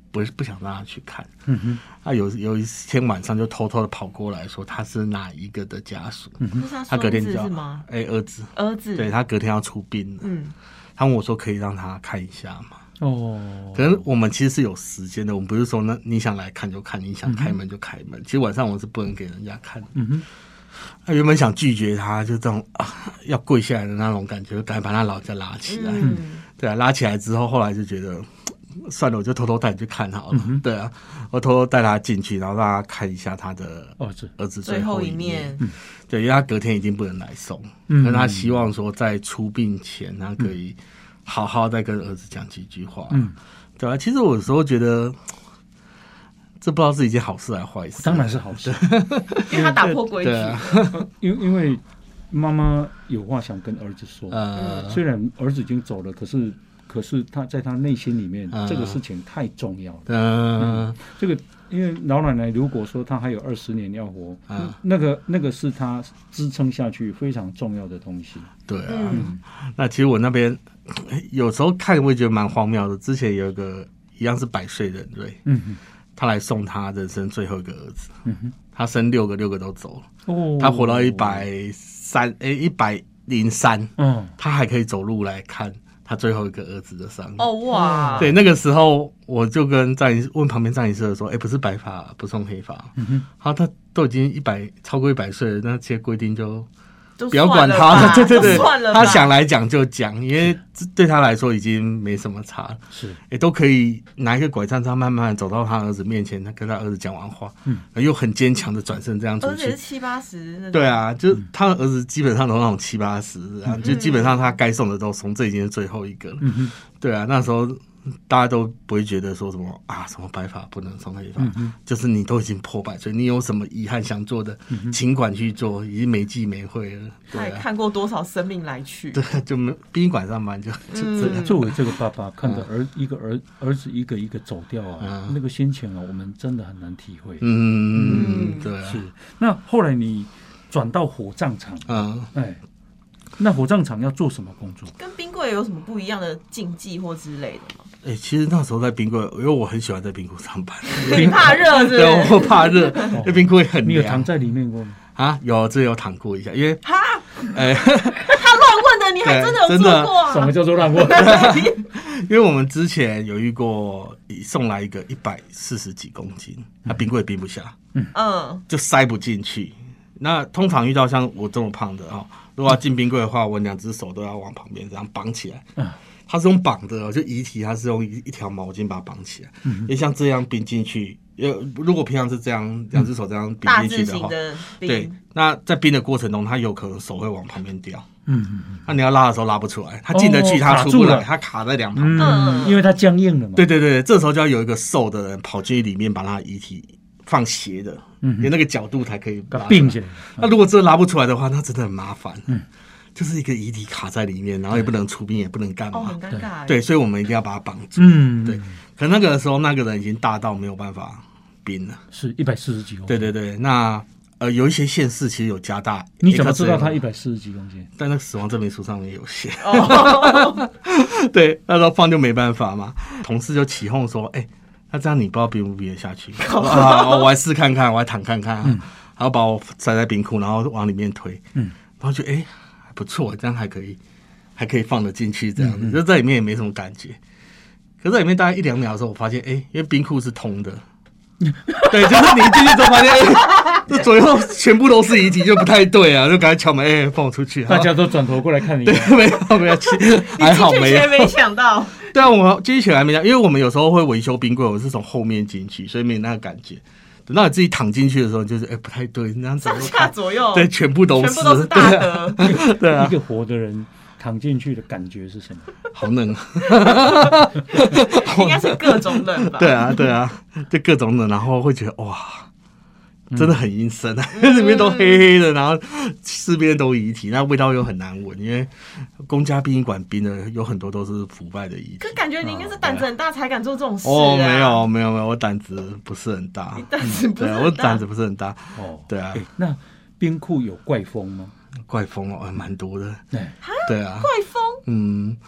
不想让他去看。他有一天晚上就偷偷的跑过来说他是哪一个的家属。 他隔天就要儿子，对，他隔天要出殡了。他问我说可以让他看一下吗？可能我们其实是有时间的，我们不是说那你想来看就看，你想开门就开门。其实晚上我是不能给人家看的。他原本想拒绝他，就这种要跪下来的那种感觉，赶紧把他老家拉起来。对啊，拉起来之后，后来就觉得算了，我就偷偷带你去看好了。对啊，我偷偷带他进去，然后让他看一下他的儿子最后一面。对，因为他隔天已经不能来送，但他希望说在出殡前，他可以好好再跟儿子讲几句话。对啊，其实我有时候觉得这不知道是一件好事还是坏事。 当然是好事， 因为他打破规矩。 因为妈妈有话想跟儿子说。虽然儿子已经走了，可是他在他内心里面，这个事情太重要了。这个因为老奶奶如果说她还有20年要活，那个是她支撑下去非常重要的东西。 对啊，那其实我那边有时候看我也觉得蛮荒谬的。之前有一个一样是100岁人瑞，他来送他人生最后一个儿子。他生6个都走了。他活到103，他还可以走路来看他最后一个儿子的丧礼。 哇！ 对，那个时候我就跟问旁边葬仪社的说，不是白发不送黑发。他都已经超过100岁了，那些规定就不要管他。对，他想来讲就讲，因为对他来说已经没什么差了。 是， 都可以拿一个拐杖，他慢慢走到他儿子面前，他跟他儿子讲完话，又很坚强的转身这样出去。 而且是70-80。 对啊，就他的儿子基本上都那种70-80，然后就基本上他该送的都送，这已经是最后一个了。对啊，那时候大家都不会觉得说什么什么白发不能送黑发，就是你都已经破100岁，你有什么遗憾想做的，尽管去做，已经没机没会了。 他也看过多少生命来去。 对，就殡仪馆上班就这样。 作为这个爸爸，看着儿子一个一个走掉那个心情我们真的很难体会。 对啊。 是。那后来你转到火葬场，那火葬场要做什么工作？ 跟冰柜有什么不一样的禁忌或之类的吗？ 其实那时候在冰柜，因为我很喜欢在冰柜上班。 你怕热是不是？ 对，我怕热，因为冰柜很凉。 你有躺在里面过吗？ 有，这有躺过一下，因为他乱问的，你还真的有做过？ 什么叫做乱问？ 因为我们之前有遇过送来一个140几公斤，他冰柜冰不下，就塞不进去。那通常遇到像我这么胖的如果要进冰柜的话，我2只手都要往旁边这样绑起来。它是用绑的就遗体它是用一条毛巾把它绑起来。因为像这样冰进去，如果平常是这样2只手这样冰进去的话，对，那在冰的过程中，它有可能手会往旁边掉。那你要拉的时候拉不出来，它进得去，它出不来，它卡在两旁边。 因为它僵硬了嘛。 对，这时候就要有一个瘦的人跑进去里面，把它遗体放斜的，有那个角度才可以把它并起来。 那如果真的拉不出来的话，那真的很麻烦。就是一个遗体卡在里面，然后也不能出殡，也不能干嘛， 很尴尬。 对，所以我们一定要把它绑住。对。可那个时候那个人已经大到没有办法冰了， 是140几公斤。 对，那有一些县市其实有加大。 你怎么知道他140几公斤？ 但那个死亡证明书上面有写。对，那时候放就没办法嘛。同事就起哄说：“那这样你不知道冰不冰得下去？”我来试看看，我来躺看看，然后把我塞在冰库，然后往里面推，然后就还不错，这样还可以放得进去，这样子，就在里面也没什么感觉。可是在里面大概1-2秒的时候，我发现，因为冰库是通的，对，就是你一进去之后发现，这左右全部都是遗体，就不太对啊，就赶快敲门，放我出去。 大家都转头过来看你。 对，没有，还好没有。 没想到。 对啊，我进去起来没想，因为我们有时候会维修冰柜，我是从后面进去，所以没那个感觉。等到你自己躺进去的时候，就是不太对，那样上下左右， 对，全部都是大的。 对啊， 一个活的人躺进去的感觉是什么？ 好冷。 应该是各种冷吧。 对啊，就各种冷，然后会觉得哇，真的很阴森啊，里面都黑黑的，然后四边都遗体，那味道又很难闻，因为公家殡仪馆冰的有很多都是腐败的遗体。 可感觉你应该是胆子很大才敢做这种事。 没有，我胆子不是很大。 你胆子不是很大？ 对，我胆子不是很大。对啊。 那冰库有怪风吗？ 怪风蛮多的。对啊。 怪风？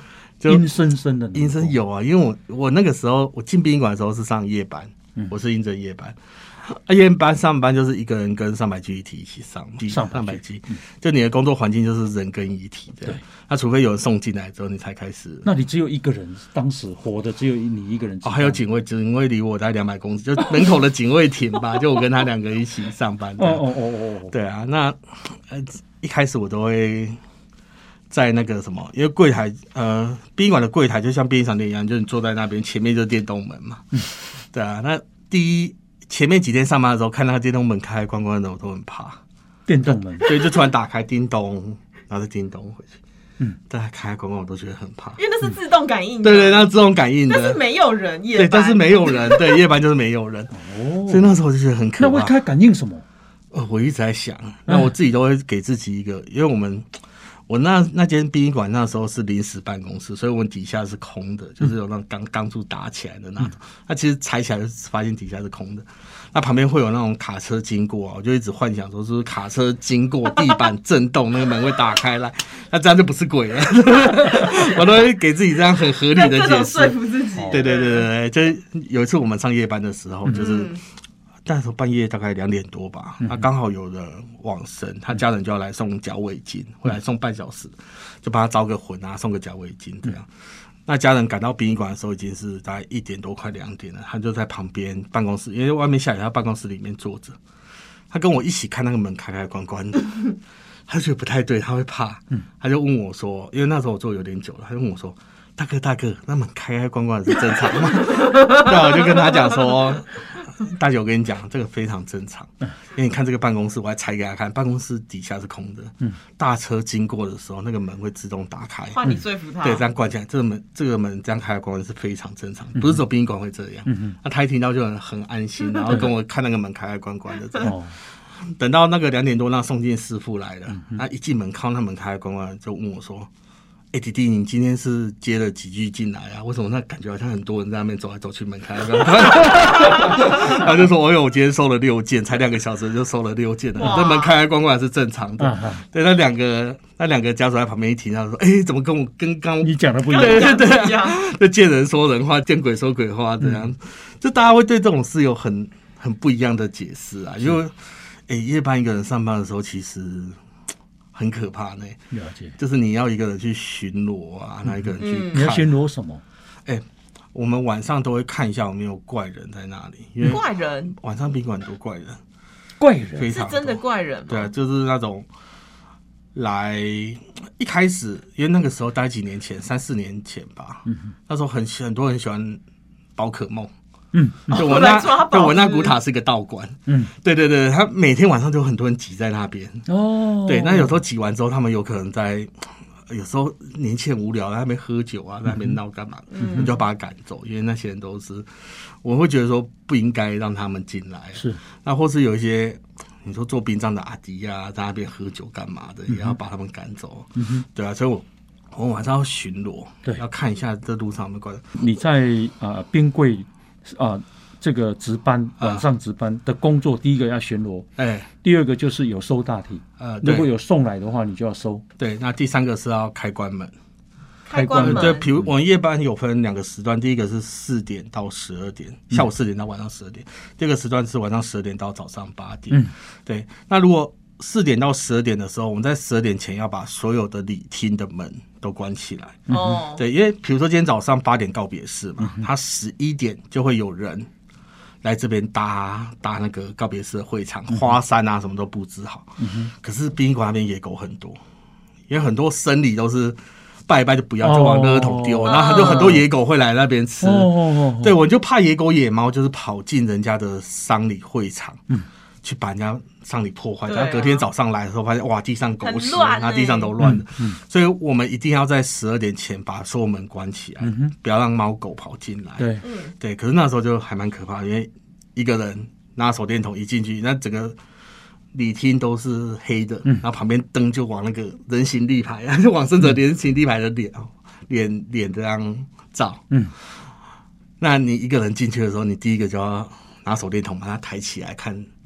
阴森森的， 阴森有啊，因为我那个时候我进殡仪馆的时候是上夜班，我是应征夜班。夜班上班就是一个人跟上百具遗体一起上百具，就你的工作环境就是人跟遗体这样。那除非有人送进来之后，你才开始。 那你只有一个人，当时活的只有你一个人。 还有警卫离我大概200公尺，就门口的警卫亭吧，就我跟他2个一起上班。对啊，那一开始我都会在那个什么，因为柜台殡仪馆的柜台就像便利商店一样，就是你坐在那边，前面就是电动门嘛。对啊，那前面几天上班的时候，看那个电动门开关关的，我都很怕。 电动门， 对，就突然打开，叮咚，然后再叮咚回去。但它开关关我都觉得很怕， 因为那是自动感应的。 对，那是自动感应的。 但是没有人夜班， 对，但是没有人，对，夜班就是没有人。所以那时候我就觉得很可怕。 那会开感应什么？ 我一直在想，那我自己都会给自己一个，因为我那间殡仪馆那时候是临时办公室，所以我们底下是空的，就是有那种钢柱打起来的那种。那其实踩起来就发现底下是空的。那旁边会有那种卡车经过啊，我就一直幻想说，是不是卡车经过，地板震动，那个门会打开来，那这样就不是鬼了。我都会给自己这样很合理的解释， 说服自己。 对，就是有一次我们上夜班的时候，就是那时候半夜大概2点多吧，那刚好有人往生，他家人就要来送脚尾巾，会来送半小时，就帮他招个魂啊，送个脚尾巾这样。那家人赶到殡仪馆的时候已经是大概1点多快2点了，他就在旁边办公室，因为外面下雨，他办公室里面坐着，他跟我一起看那个门开开关关的，他就觉得不太对，他会怕，他就问我说，因为那时候我坐有点久了，他就问我说，大哥，那门开开关关的是正常吗？对，我就跟他讲说，大姐，我跟你讲，这个非常正常，因为你看这个办公室，我还拆给他看，办公室底下是空的，大车经过的时候，那个门会自动打开， 换你说服他， 对，这样关起来，这个门这样开关是非常正常，不是只有殡仪馆会这样。那他一听到就很安心，然后跟我看那个门开关的这样。等到那个2点多，那送进师傅来了，他一进门看到那门开关，就问我说，弟弟，你今天是接了几具进来啊？为什么那感觉好像很多人在那边走来走去，门开？他就说：“我今天收了6件，才2个小时就收了6件了。这门开关关是正常的。”对，那两个家属在旁边一听，他说：“怎么跟刚你讲的不一样？” 对，就见人说人话，见鬼说鬼话，这样，就大家会对这种事有很不一样的解释啊。因为夜班一个人上班的时候，其实很可怕呢。 了解，就是你要一个人去巡逻啊，那一个人去看。 你要巡逻什么？ 我们晚上都会看一下有没有怪人在那里。因为怪人， 晚上宾馆很多怪人， 非常是真的怪人吗？ 对啊，就是那种来一开始，因为那个时候大概几年前，3-4年前吧，那时候很多人喜欢宝可梦。就文纳古塔是一个道馆，对，他每天晚上就有很多人挤在那边。对，那有时候挤完之后，他们有可能有时候年轻人无聊，在那边喝酒啊，在那边闹干嘛，你就要把他赶走，因为那些人都是，我会觉得说不应该让他们进来。 是， 那或是有一些你说做殡葬的阿弟啊，在那边喝酒干嘛的，也要把他们赶走。对啊，所以我晚上要巡逻，对，要看一下这路上有没有怪人。 你在冰柜这个值班晚上值班的工作，第一个要巡逻，第二个就是有收大体，如果有送来的话，你就要收。对， 那第3个是要开关门。 开关门， 对，比如我们夜班有分2个时段，第一个是4点到12点，下午4点到晚上12点；第二个时段是晚上12点到早上8点。对，那如果4点到12点的时候，我们在12点前要把所有的礼厅的门都关起来。对，因为比如说今天早上8点告别式嘛，他11点就会有人来这边搭那个告别式的会场，花山啊什么都布置好。可是殡仪馆那边野狗很多，因为很多生理都是拜一拜就不要，就往垃圾桶丢，然后就很多野狗会来那边吃。对，我就怕野狗野猫就是跑进人家的丧礼会场，去把人家丧礼破坏，然后隔天早上来的时候发现哇，地上狗屎，然后地上都乱的。所以我们一定要在12点前把所有门关起来，不要让猫狗跑进来。对，可是那时候就还蛮可怕的，因为一个人拿手电筒一进去，那整个礼厅都是黑的，然后旁边灯就往那个人形立牌，就往生者人形立牌的脸这样照。那你一个人进去的时候，你第一个就要拿手电筒把它抬起来看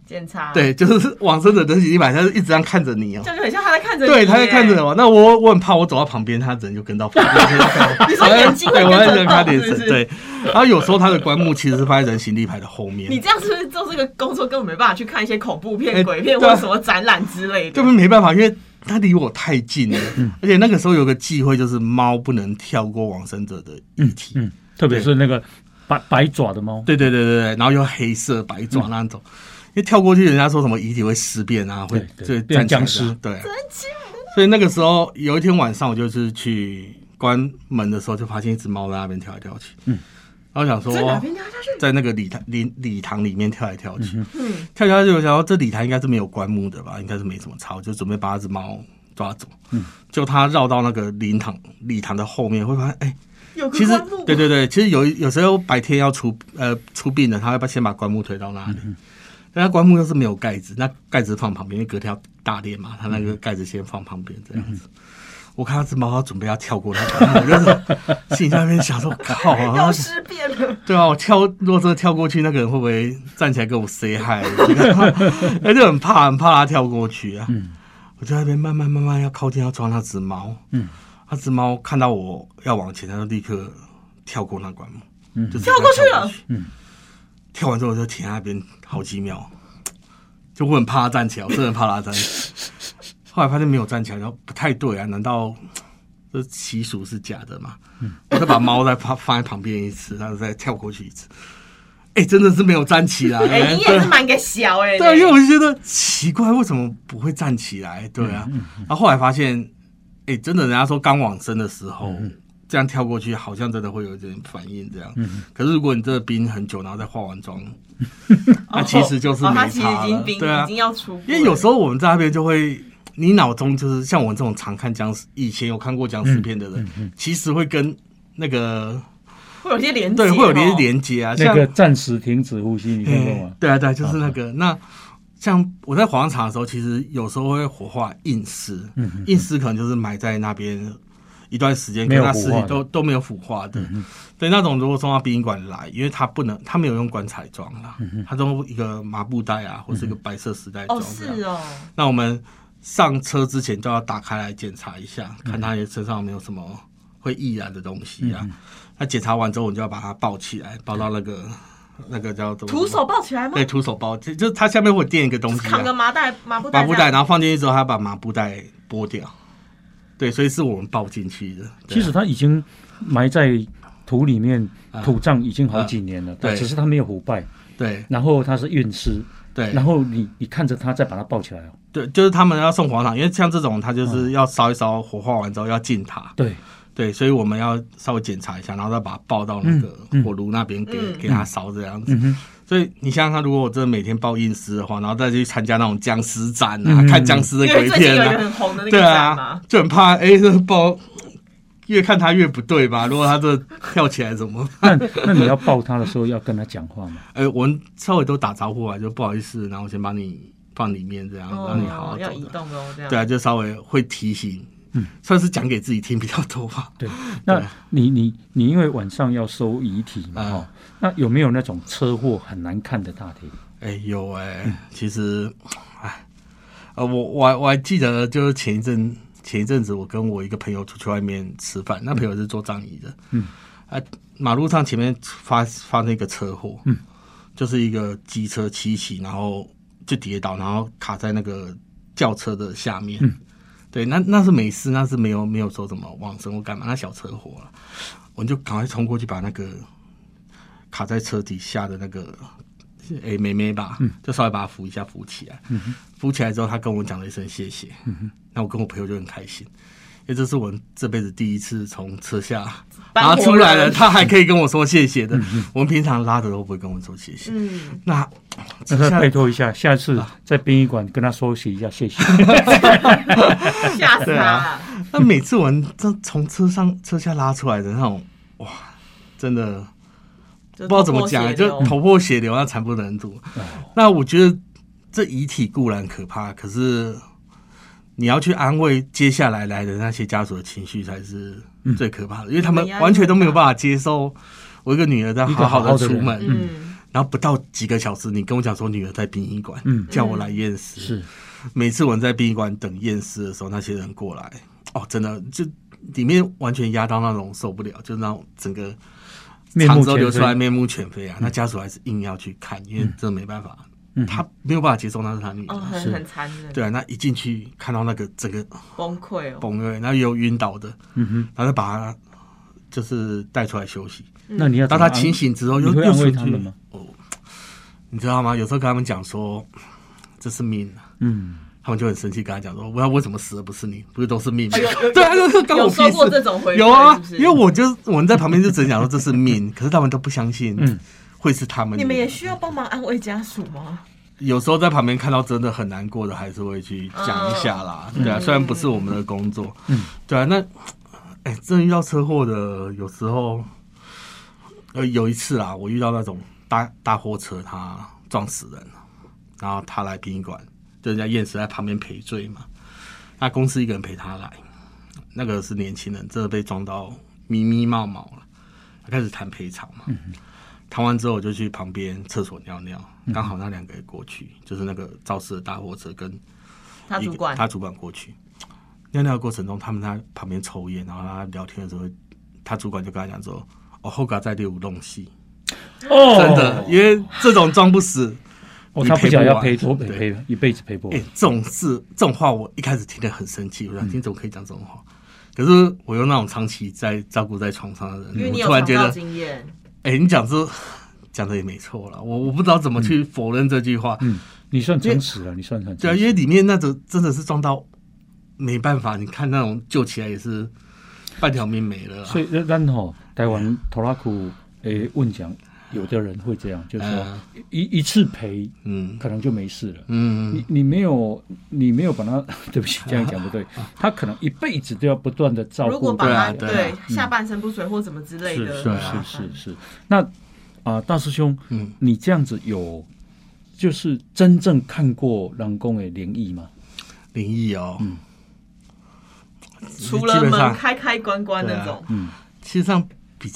检查， 对，就是往生者人形立牌，他是一直这样看着你哦， 就很像他在看着你， 对，他在看着我。那我很怕，我走到旁边，他人就跟到旁边。 你说眼睛会对，我跟着在看动，是不是？ 眼神对。然后有时候他的棺木其实是放在人形立牌的后面。 你这样是不是做这个工作根本没办法去看一些恐怖片、鬼片或对啊者什么展览之类的？ 根本没办法，因为他离我太近了，而且那个时候有个忌讳，就是猫不能跳过往生者的遗体， 特别是那个白爪的猫， 对，然后又黑色白爪那种，因为跳过去，人家说什么遗体会尸变啊，会就变僵尸， 对，所以那个时候有一天晚上，我就是去关门的时候，就发现一只猫在那边跳来跳去，然后想说在哪边跳下去？ 在那个礼堂里面跳来跳去，跳下去，我想说这礼堂应该是没有棺木的吧，应该是没什么草，就准备把那只猫抓走，就它绕到那个礼堂的后面，会发现有其实棺木， 对，其实有时候白天要出殡的，他会先把棺木推到那里，但他棺木又是没有盖子，那盖子放旁边，因为隔天要大殓嘛，他那个盖子先放旁边这样子。我看那只猫，它准备要跳过那棺木，我就是心里在那边想说，靠， 要尸变了。 对啊，如果真的跳过去，那个人会不会站起来跟我 say hi？ 就很怕他跳过去啊。我就在那边慢慢要靠近要抓那只猫，那只猫看到我要往前，它就立刻跳过那棺木，就跳过去了。 跳完之后我就停在那边好几秒，就我很怕它站起来，我真的很怕它站起来。后来发现没有站起来，然后不太对啊，难道这习俗是假的吗？我就把猫再放在旁边一次，然后再跳过去一次。真的是没有站起来。 你也是蛮个小对，因为我就觉得奇怪，为什么不会站起来？对啊，然后后来发现，真的人家说刚往生的时候，这样跳过去，好像真的会有一点反应这样。可是如果你这个冰很久，然后再化完妆，那其实就是没差了。 它其实已经冰， 对啊， 已经要出。 因为有时候我们在那边就会。你脑中就是像我这种常看僵尸，以前有看过僵尸片的人，其实会跟那个会有些连接， 对，会有些连接啊。 那个暂时停止呼吸，你看过吗？ 对，就是那个。那像我在火葬场的时候，其实有时候会火化硬尸，硬尸可能就是埋在那边一段时间，跟他尸体都没有腐化的。对，那种如果送到殡仪馆来，因为他没有用棺材装啦，他都一个麻布袋啊，或是一个白色丝带装。 是哦。 那我们上车之前就要打开来检查一下，看他身上有没有什么会易燃的东西啊。那检查完之后，你就要把它抱起来，抱到那个叫做徒手抱起来吗？ 对，徒手抱，就是它下面会垫一个东西， 扛个麻布袋，然后放进去之后，还要把麻布袋剥掉。对，所以是我们抱进去的。 其实它已经埋在土里面，土葬已经好几年了，对，只是它没有腐败。 对， 然后它是运尸。对，然后你看着它再把它抱起来哦。 对，就是他们要送火葬场，因为像这种，它就是要烧一烧，火化完之后要进塔。对，所以我们要稍微检查一下，然后再把它抱到那个火炉那边给它烧这样子。所以你想想看，如果我真的每天抱硬尸的话，然后再去参加那种僵尸展啊，看僵尸的鬼片啊， 很红的那个对啊，就很怕这抱。越看他越不对吧？如果他这跳起来怎么办？ 那你要抱他的时候要跟他讲话吗？ 我们稍微都打招呼啊，就不好意思，然后先把你放里面，这样让你好好走。 要移动哦，这样。 对啊，就稍微会提醒，算是讲给自己听比较多吧。 对，那你因为晚上要收遗体嘛，那有没有那种车祸很难看的大体？ 有其实，我还记得就是前一阵子，我跟我一个朋友出去外面吃饭，那朋友是做葬仪的，马路上前面发生一个车祸，就是一个机车七骑，然后就跌倒，然后卡在那个轿车的下面，对，那是没事，那是没有说什么往生或干嘛，那小车祸了，我就赶快冲过去把那个卡在车底下的那个妹妹吧，就稍微把她扶一下，扶起来，扶起来之后，她跟我讲了一声谢谢，那我跟我朋友就很开心，因为这是我这辈子第一次从车下拿出来了，他还可以跟我说谢谢的。我们平常拉的都不会跟我说谢谢。那拜托一下，下次在殡仪馆跟他说一下谢谢。 吓死他！ 那每次我们从车下拉出来的那种，哇，真的不知道怎么讲，就头破血流，那惨不忍睹。那我觉得这遗体固然可怕，可是你要去安慰接下来的那些家属的情绪才是最可怕的，因为他们完全都没有办法接受我一个女儿在好好的出门， 然后不到几个小时，你跟我讲说女儿在殡仪馆，叫我来验尸。 是， 每次我们在殡仪馆等验尸的时候，那些人过来，真的就里面完全压到那种受不了，就那种整个肠子都流出来，面目全非啊！那家属还是硬要去看，因为真的没办法。他没有办法接受那是他女儿， 很残忍。 对啊，那一进去看到那个整个崩溃， 然后也有晕倒的，然后就把他就是带出来休息。 那你要当他清醒之后，又安慰他们吗？ 你知道吗？有时候跟他们讲说这是命，他们就很生气，跟他讲说：“为什么死的不是你？不是都是命吗？”对啊， 有说过这种回馈？ 有啊，因为我们在旁边就只能讲说这是命，可是他们都不相信。会是他们？ 你们也需要帮忙安慰家属吗？ 有时候在旁边看到真的很难过的，还是会去讲一下啦。对啊，虽然不是我们的工作，对啊。那真的遇到车祸的，有时候有一次啦，我遇到那种大货车，他撞死人了，然后他来殡仪馆，就人家验尸在旁边赔罪嘛。那公司一个人陪他来，那个是年轻人，真的被撞到迷迷冒冒了，他开始谈赔偿嘛。谈完之后，我就去旁边厕所尿尿，刚好那2个人过去，就是那个肇事的大货车跟他主管过去。尿尿的过程中，他们在旁边抽烟，然后他聊天的时候，他主管就跟他讲说：“后嘎在第5弄戏。”真的，因为这种撞不死， 他不想要赔多赔一辈子赔不完。 这种话，我一开始听得很生气，我想你怎么可以讲这种话？可是我用那种长期在照顾在床上的人， 因为你有尝到经验。 你讲的也没错了，我不知道怎么去否认这句话。 你算诚实了，你算很对啊，因为里面那种真的是撞到没办法，你看那种救起来也是半条命没了。 所以咱台湾拖拉库问讲，有的人会这样，就是说一次赔，可能就没事了。你没有把他，对不起，这样讲不对，他可能一辈子都要不断的照顾。 如果把他下半身不遂或什么之类的， 是。那大师兄，你这样子有就是真正看过人讲的灵异吗？ 灵异哦， 除了门开关那种， 其实上比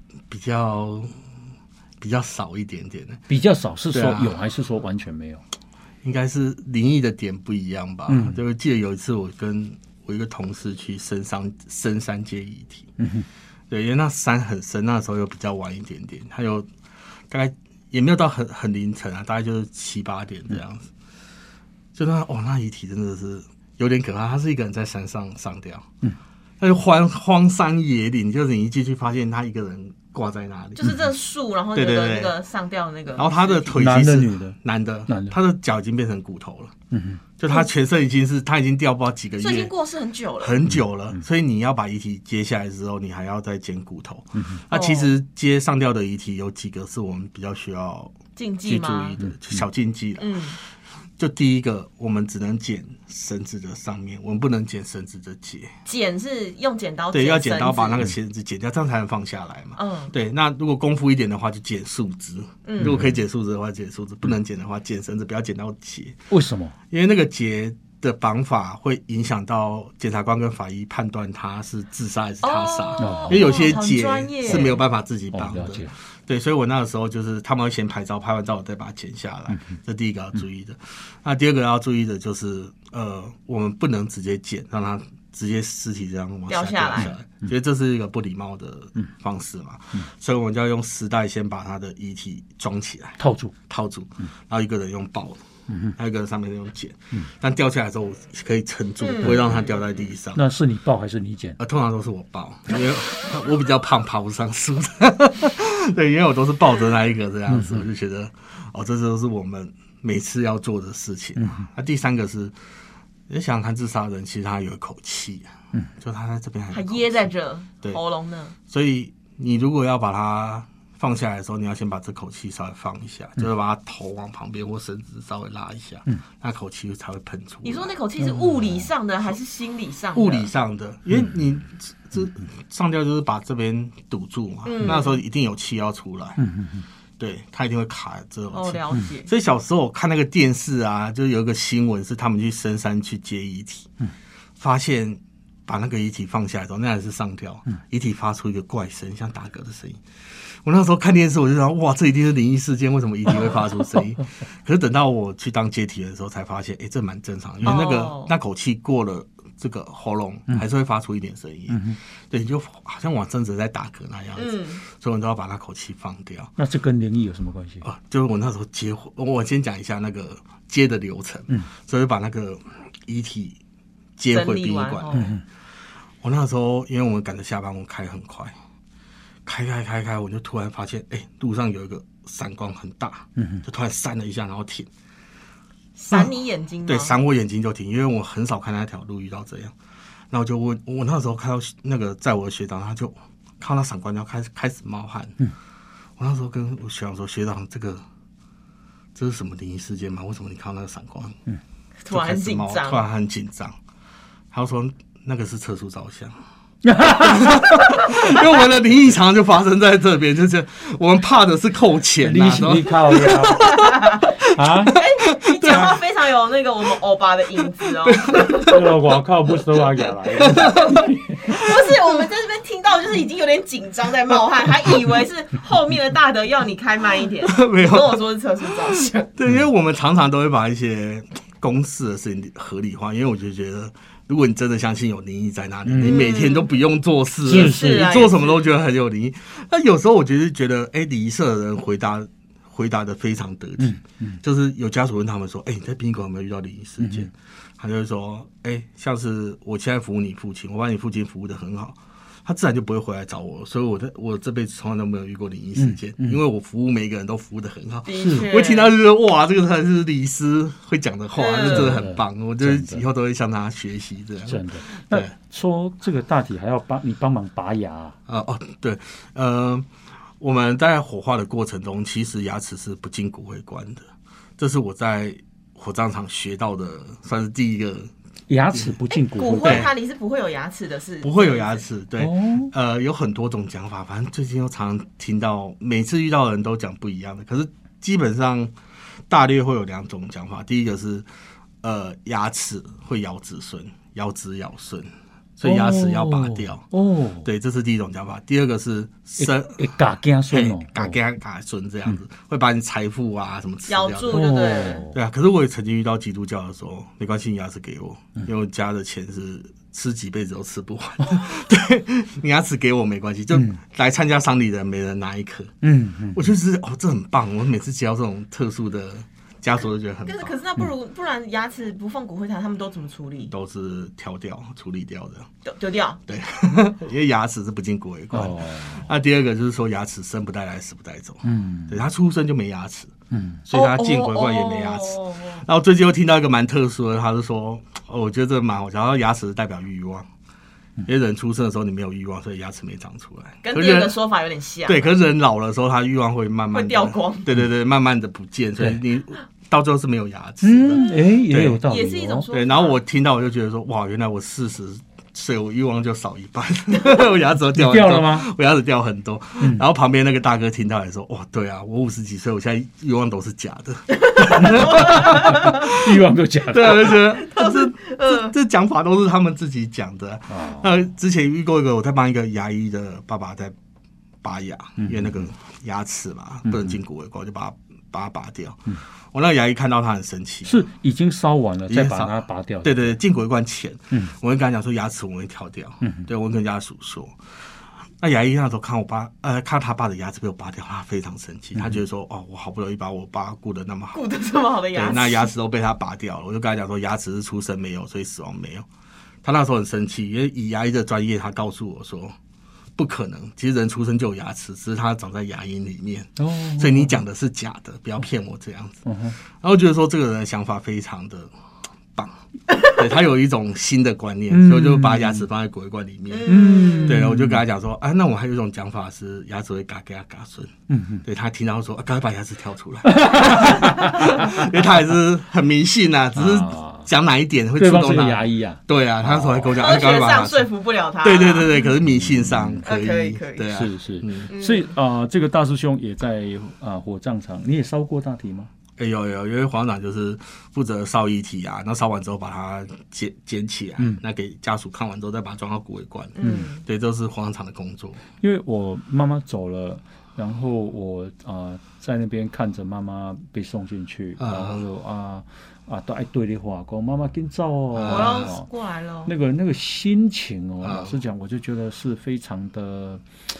较少一点点的。 比较少是说有还是说完全没有？ 应该是灵异的点不一样吧。就记得有一次我跟我一个同事去深山接遗体，对，因为那山很深，那时候又比较晚一点点，还有大概也没有到很凌晨啊，大概就是7、8点这样子。就那遗体真的是有点可怕，他是一个人在山上上吊，那就荒山野岭，就是你一进去发现他一个人挂在那里， 就是这树，然后有个那个上吊的那个， 然后他的腿男的女的， 男的，他的脚已经变成骨头了，就他全身他已经掉不知道几个月， 所以已经过世很久了， 所以你要把遗体接下来之后，你还要再捡骨头。那其实接上吊的遗体有几个是我们比较需要禁忌去注意的小禁忌了。就第一个，我们只能剪绳子的上面，我们不能剪绳子的结。 剪是用剪刀， 对，要剪刀把那个绳子剪掉，这样才能放下来嘛。对。那如果功夫一点的话，就剪树枝。如果可以剪树枝的话，剪树枝；不能剪的话，剪绳子，不要剪到结。 为什么？ 因为那个结的绑法会影响到检察官跟法医判断他是自杀还是他杀，因为有些结是没有办法自己绑的。对，所以我那个时候就是他们会先拍照，拍完照我再把它剪下来，这第一个要注意的。那第二个要注意的就是我们不能直接剪，让它直接尸体这样往下掉下来，觉得这是一个不礼貌的方式嘛。所以我们就要用丝带先把他的遗体装起来，套住，然后一个人用抱的。还有一个上面用剪，但掉下来的时候我可以撑住，不会让它掉在地上。 那是你抱还是你剪？ 通常都是我抱，因为我比较胖，爬不上树。对，因为我都是抱着那一个这样子，我就觉得这都是我们每次要做的事情。那第三个是，你想想看，自杀人其实他有一口气，就他在这边还噎在这喉咙呢， 所以你如果要把它放下来的时候，你要先把这口气稍微放一下，就是把它头往旁边或绳子稍微拉一下，那口气才会喷出来。 你说那口气是物理上的还是心理上的？ 物理上的，因为你这上吊就是把这边堵住嘛，那时候一定有气要出来，对，它一定会卡这种气。 了解。 所以小时候我看那个电视啊，就有一个新闻是他们去深山去接遗体，发现把那个遗体放下来之后，那还是上吊，遗体发出一个怪声，像打嗝的声音。我那时候看电视，我就想，哇，这一定是灵异事件，为什么遗体会发出声音？可是等到我去当接体的时候，才发现，这蛮正常，因为那口气过了这个喉咙，还是会发出一点声音。对，就好像我真的在打嗝那样子，所以我都要把那口气放掉。 那这跟灵异有什么关系？ 就是我那时候接，我先讲一下那个接的流程，所以把那个遗体接回殡仪馆。我那时候因为我们赶着下班，我开很快。开，我就突然发现，路上有一个闪光很大，就突然闪了一下，然后停。 闪你眼睛吗？ 对，闪我眼睛就停，因为我很少看那条路遇到这样。然后就问，我那时候看到那个在我的学长，他就看到那闪光就开始冒汗。我那时候跟我学长说，学长，这是什么灵异事件吗？为什么你看到那个闪光？ 突然很紧张， 突然很紧张。他说那个是测速照相。因为我们的灵异常就发生在这边，就是我们怕的是扣钱你靠呀！ 你讲话非常有那个我们欧巴的影子哦。 这个我靠，不是我给来的。 不是，我们在这边听到就是已经有点紧张，在冒汗，还以为是后面的大德要你开慢一点。 没有跟我说是测速照相。 对，因为我们常常都会把一些公事的事情合理化，因为我就觉得。如果你真的相信有灵异在那里，你每天都不用做事，你做什么都觉得很有灵异。那有时候我觉得，礼仪社的人回答的非常得体，就是有家属问他们说，你在殡仪馆有没有遇到灵异事件？他就会说，像是我现在服务你父亲，我把你父亲服务的很好。他自然就不会回来找我，所以我这辈子从来都没有遇过灵异事件，因为我服务每一个人都服务的很好。我听到就觉得哇，这个才是礼师会讲的话，这真的很棒。我觉得以后都会向他学习这样。 真的。那说这个大体还要帮忙拔牙对，我们在火化的过程中，其实牙齿是不进骨灰罐的，这是我在火葬场学到的，算是第一个。 牙齿不进骨灰它里是不会有牙齿的，是不会有牙齿。对，有很多种讲法，反正最近又常听到，每次遇到的人都讲不一样的。可是基本上大略会有2种讲法，第一个是牙齿会咬子孙，咬子咬孙，所以牙齿要拔掉。对，这是第一种讲法。第二个是嘎嘎孙嘎孙这样子，会把你财富啊什么吃掉咬住，对不对？ 对啊，可是我也曾经遇到基督教的时候，没关系，你牙齿给我，因为我家的钱是吃几辈子都吃不完。对，你牙齿给我没关系，就来参加丧礼的人每人拿1颗。我就是这很棒，我每次接到这种特殊的。家属都觉得很棒， 可是那不然牙齿不放骨灰坛，他们都怎么处理？ 都是挑掉、处理掉的， 丢掉。 对，因为牙齿是不进骨灰罐。那第二个就是说牙齿生不带来，死不带走。对，他出生就没牙齿，所以他进骨灰罐也没牙齿。然后最近又听到一个蛮特殊的，他就说，我觉得这蛮好笑，然后牙齿代表欲望。因为人出生的时候你没有欲望，所以牙齿没长出来， 跟第二个说法有点像。 对，可是人老的时候，他欲望会慢慢会掉光。 对，慢慢的不见，所以你到最后是没有牙齿的。 也有道理， 也是一种说法。 对，然后我听到我就觉得说，哇，原来我40岁我欲望就少一半，我牙齿都掉很多。 掉了吗？ 我牙齿掉很多。然后旁边那个大哥听到也说，哇，对啊，我50几岁，我现在欲望都是假的， 欲望都假的。 对啊，就觉得这讲法都是他们自己讲的。那之前遇过一个，我在帮一个牙医的爸爸在拔牙，因为那个牙齿嘛不能进骨灰罐，我就把它拔掉。我那个牙医看到他很生气， 是已经烧完了再把它拔掉。 对，进骨灰罐前，我会跟他讲说牙齿我会挑掉。对，我会跟家属说。那牙医那时候看他爸的牙齿被我拔掉，他非常生气，他觉得说，我好不容易把我爸顾得那么好， 顾得这么好的牙齿， 那牙齿都被他拔掉了。我就跟他讲说，牙齿是出生没有，所以死亡没有。他那时候很生气，因为以牙医的专业，他告诉我说，不可能，其实人出生就有牙齿，只是它长在牙龈里面。所以你讲的是假的，不要骗我这样子。然后觉得说这个人的想法非常的棒，对，他有一种新的观念，所以我就把牙齿放在骨灰罐里面。对，然后我就跟他讲说，那我还有一种讲法是牙齿会嘎孙。对，他听到说，赶快把牙齿挑出来，因为他还是很迷信啊，只是讲哪一点会触动他。 对方是牙医啊， 对啊，他那时候还跟我讲， 科学上说服不了他。 对，可是迷信上可以，对啊， 是，所以这个大师兄也在火葬场，你也烧过大体吗？ 有，因为火葬场就是负责烧遗体啊，然后烧完之后把它捡起来，那给家属看完之后再把它装到骨灰罐。对，这是火葬场的工作。 因为我妈妈走了，然后我在那边看着妈妈被送进去，然后都爱对你话，说妈妈紧走哦， 我要过来了。 那个心情哦，老实讲，我就觉得是非常的。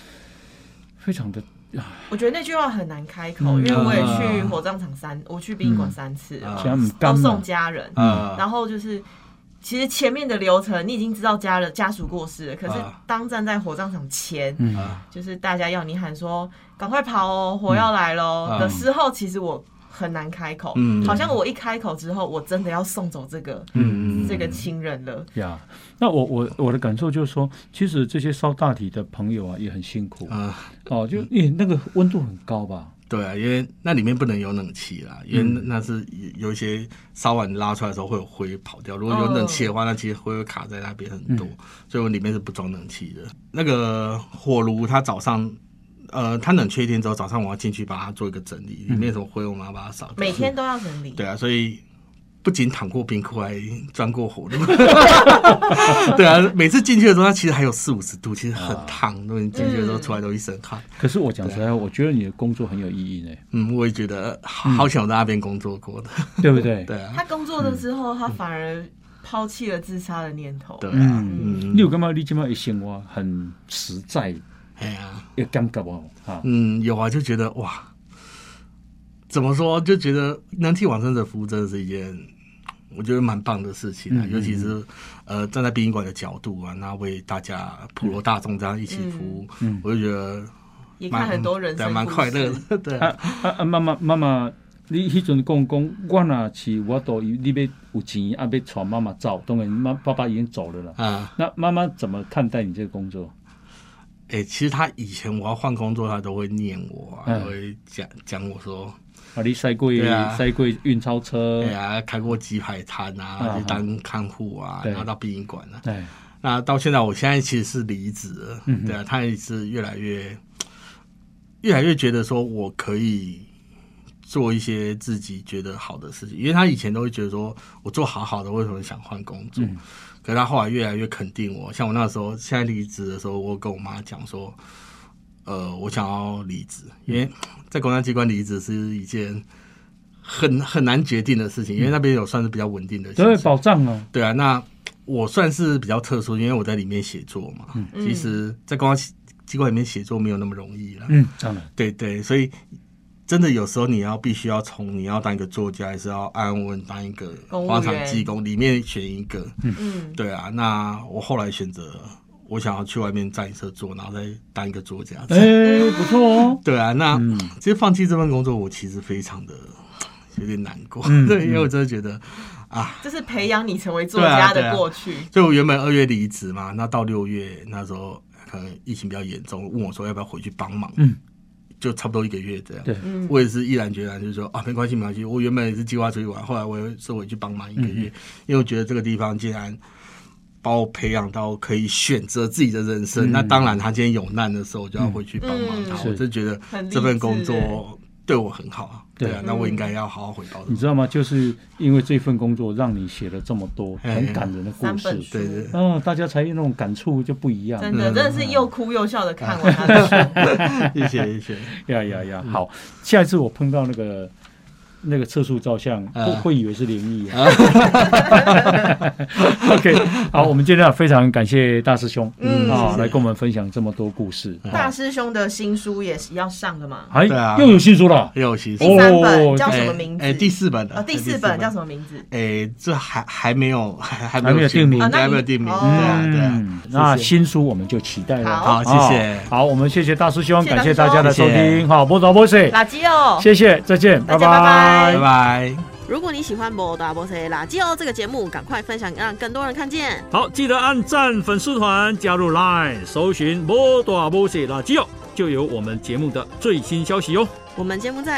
我觉得那句话很难开口，因为我也去火葬场我去殡仪馆3次了，都送家人，然后就是其实前面的流程你已经知道家属过世了，可是当站在火葬场前，就是大家要你喊说赶快跑哦，火要来咯的时候，其实我很难开口，好像我一开口之后，我真的要送走这个亲人了。 呀，那我的感受就是说，其实这些烧大体的朋友啊，也很辛苦就那个温度很高吧？ 对啊，因为那里面不能有冷气啦，因为那是有一些烧完拉出来的时候会有灰跑掉，如果有冷气的话，那其实灰会卡在那边很多，所以我里面是不装冷气的。那个火炉它早上。它冷却1天之后，早上我要进去把它做一个整理，里面有什么灰我们要把它扫掉。 每天都要整理。 对啊，所以不仅淌过冰窟，还钻过火炉。对啊，每次进去的时候，它其实还有40-50度，其实很烫。如果你进去的时候出来都一身汗。 可是我讲实在，我觉得你的工作很有意义呢。 我也觉得好想在那边工作过的， 对不对？ 对啊。 他工作了之后，他反而抛弃了自杀的念头。 对啊， 你有感觉你现在的生活很实在？有感觉哦， 有啊，就觉得哇，怎么说？就觉得能替往生者服务，真的是一件我觉得蛮棒的事情尤其是站在殡仪馆的角度啊，那为大家普罗大众这样一起服务，我就觉得也看很多人生蛮快乐的。对妈妈，你迄阵讲，我若是我都你要有钱要带妈妈走，当然爸爸已经走了啦。那妈妈怎么看待你这个工作？ 其实他以前我要换工作，他都会念我都会讲我说你塞过运钞车， 对啊，开过鸡排摊啊，去当看护啊，然后到殡仪馆那到现在，我现在其实是离职了，对啊，他也是越来越觉得说我可以做一些自己觉得好的事情，因为他以前都会觉得说我做好的，为什么想换工作？可是他后来越来越肯定我，像我那时候现在离职的时候，我跟我妈讲说，我想要离职，因为在公安机关离职是一件很难决定的事情，因为那边有算是比较稳定的薪水， 对，保障啊。 对啊，那我算是比较特殊，因为我在里面写作嘛，其实在公安机关里面写作没有那么容易啦。 当然， 对，所以真的有时候你必须要从你要当一个作家，还是要安稳当一个荒场技工里面选一个。对啊，那我后来选择我想要去外面站一车做，然后再当一个作家。 不错哦。 对啊，那其实放弃这份工作，我其实非常的有点难过。对，因为我真的觉得这是培养你成为作家的过去。 所以我原本2月离职嘛，那到6月那时候可能疫情比较严重，问我说要不要回去帮忙。就差不多1个月这样。对，我也是毅然决然，就是说没关系。我原本也是计划出去玩，后来我又说回去帮忙1个月，因为我觉得这个地方既然把我培养到可以选择自己的人生，那当然他今天有难的时候，我就要回去帮忙他。我就觉得这份工作对我很好对啊，那我应该要好好回报。 你知道吗？就是因为这份工作让你写了这么多很感人的故事， 对， 大家才有那种感触就不一样。 真的是又哭又笑的看完他的书。谢谢。 呀，好，下一次我碰到那个测速照相，会以为是灵异。OK， 好，我们今天非常感谢大师兄，来跟我们分享这么多故事。 大师兄的新书也是要上的嘛？ 对啊，又有新书了， 又有新书。 第3本叫什么名字？ 第4本的。 第4本叫什么名字？ 这还没有定名， 还没有定名。对啊。 那新书我们就期待了。 好，谢谢。 好，我们谢谢大师兄，感谢大家的收听。好，波导波水， 垃圾哦， 谢谢，再见，拜拜。 拜拜。 如果你喜欢波大波塞垃圾哦这个节目，赶快分享，让更多人看见。 好，记得按赞粉丝团，加入 LINE， 搜寻波大波塞垃圾哦，就有我们节目的最新消息哦。 我们节目在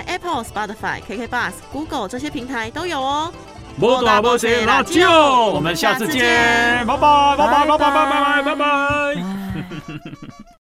Apple、Spotify、KKBOX、Google 这些平台都有哦。 波大波塞垃圾哦，我们下次见，拜拜。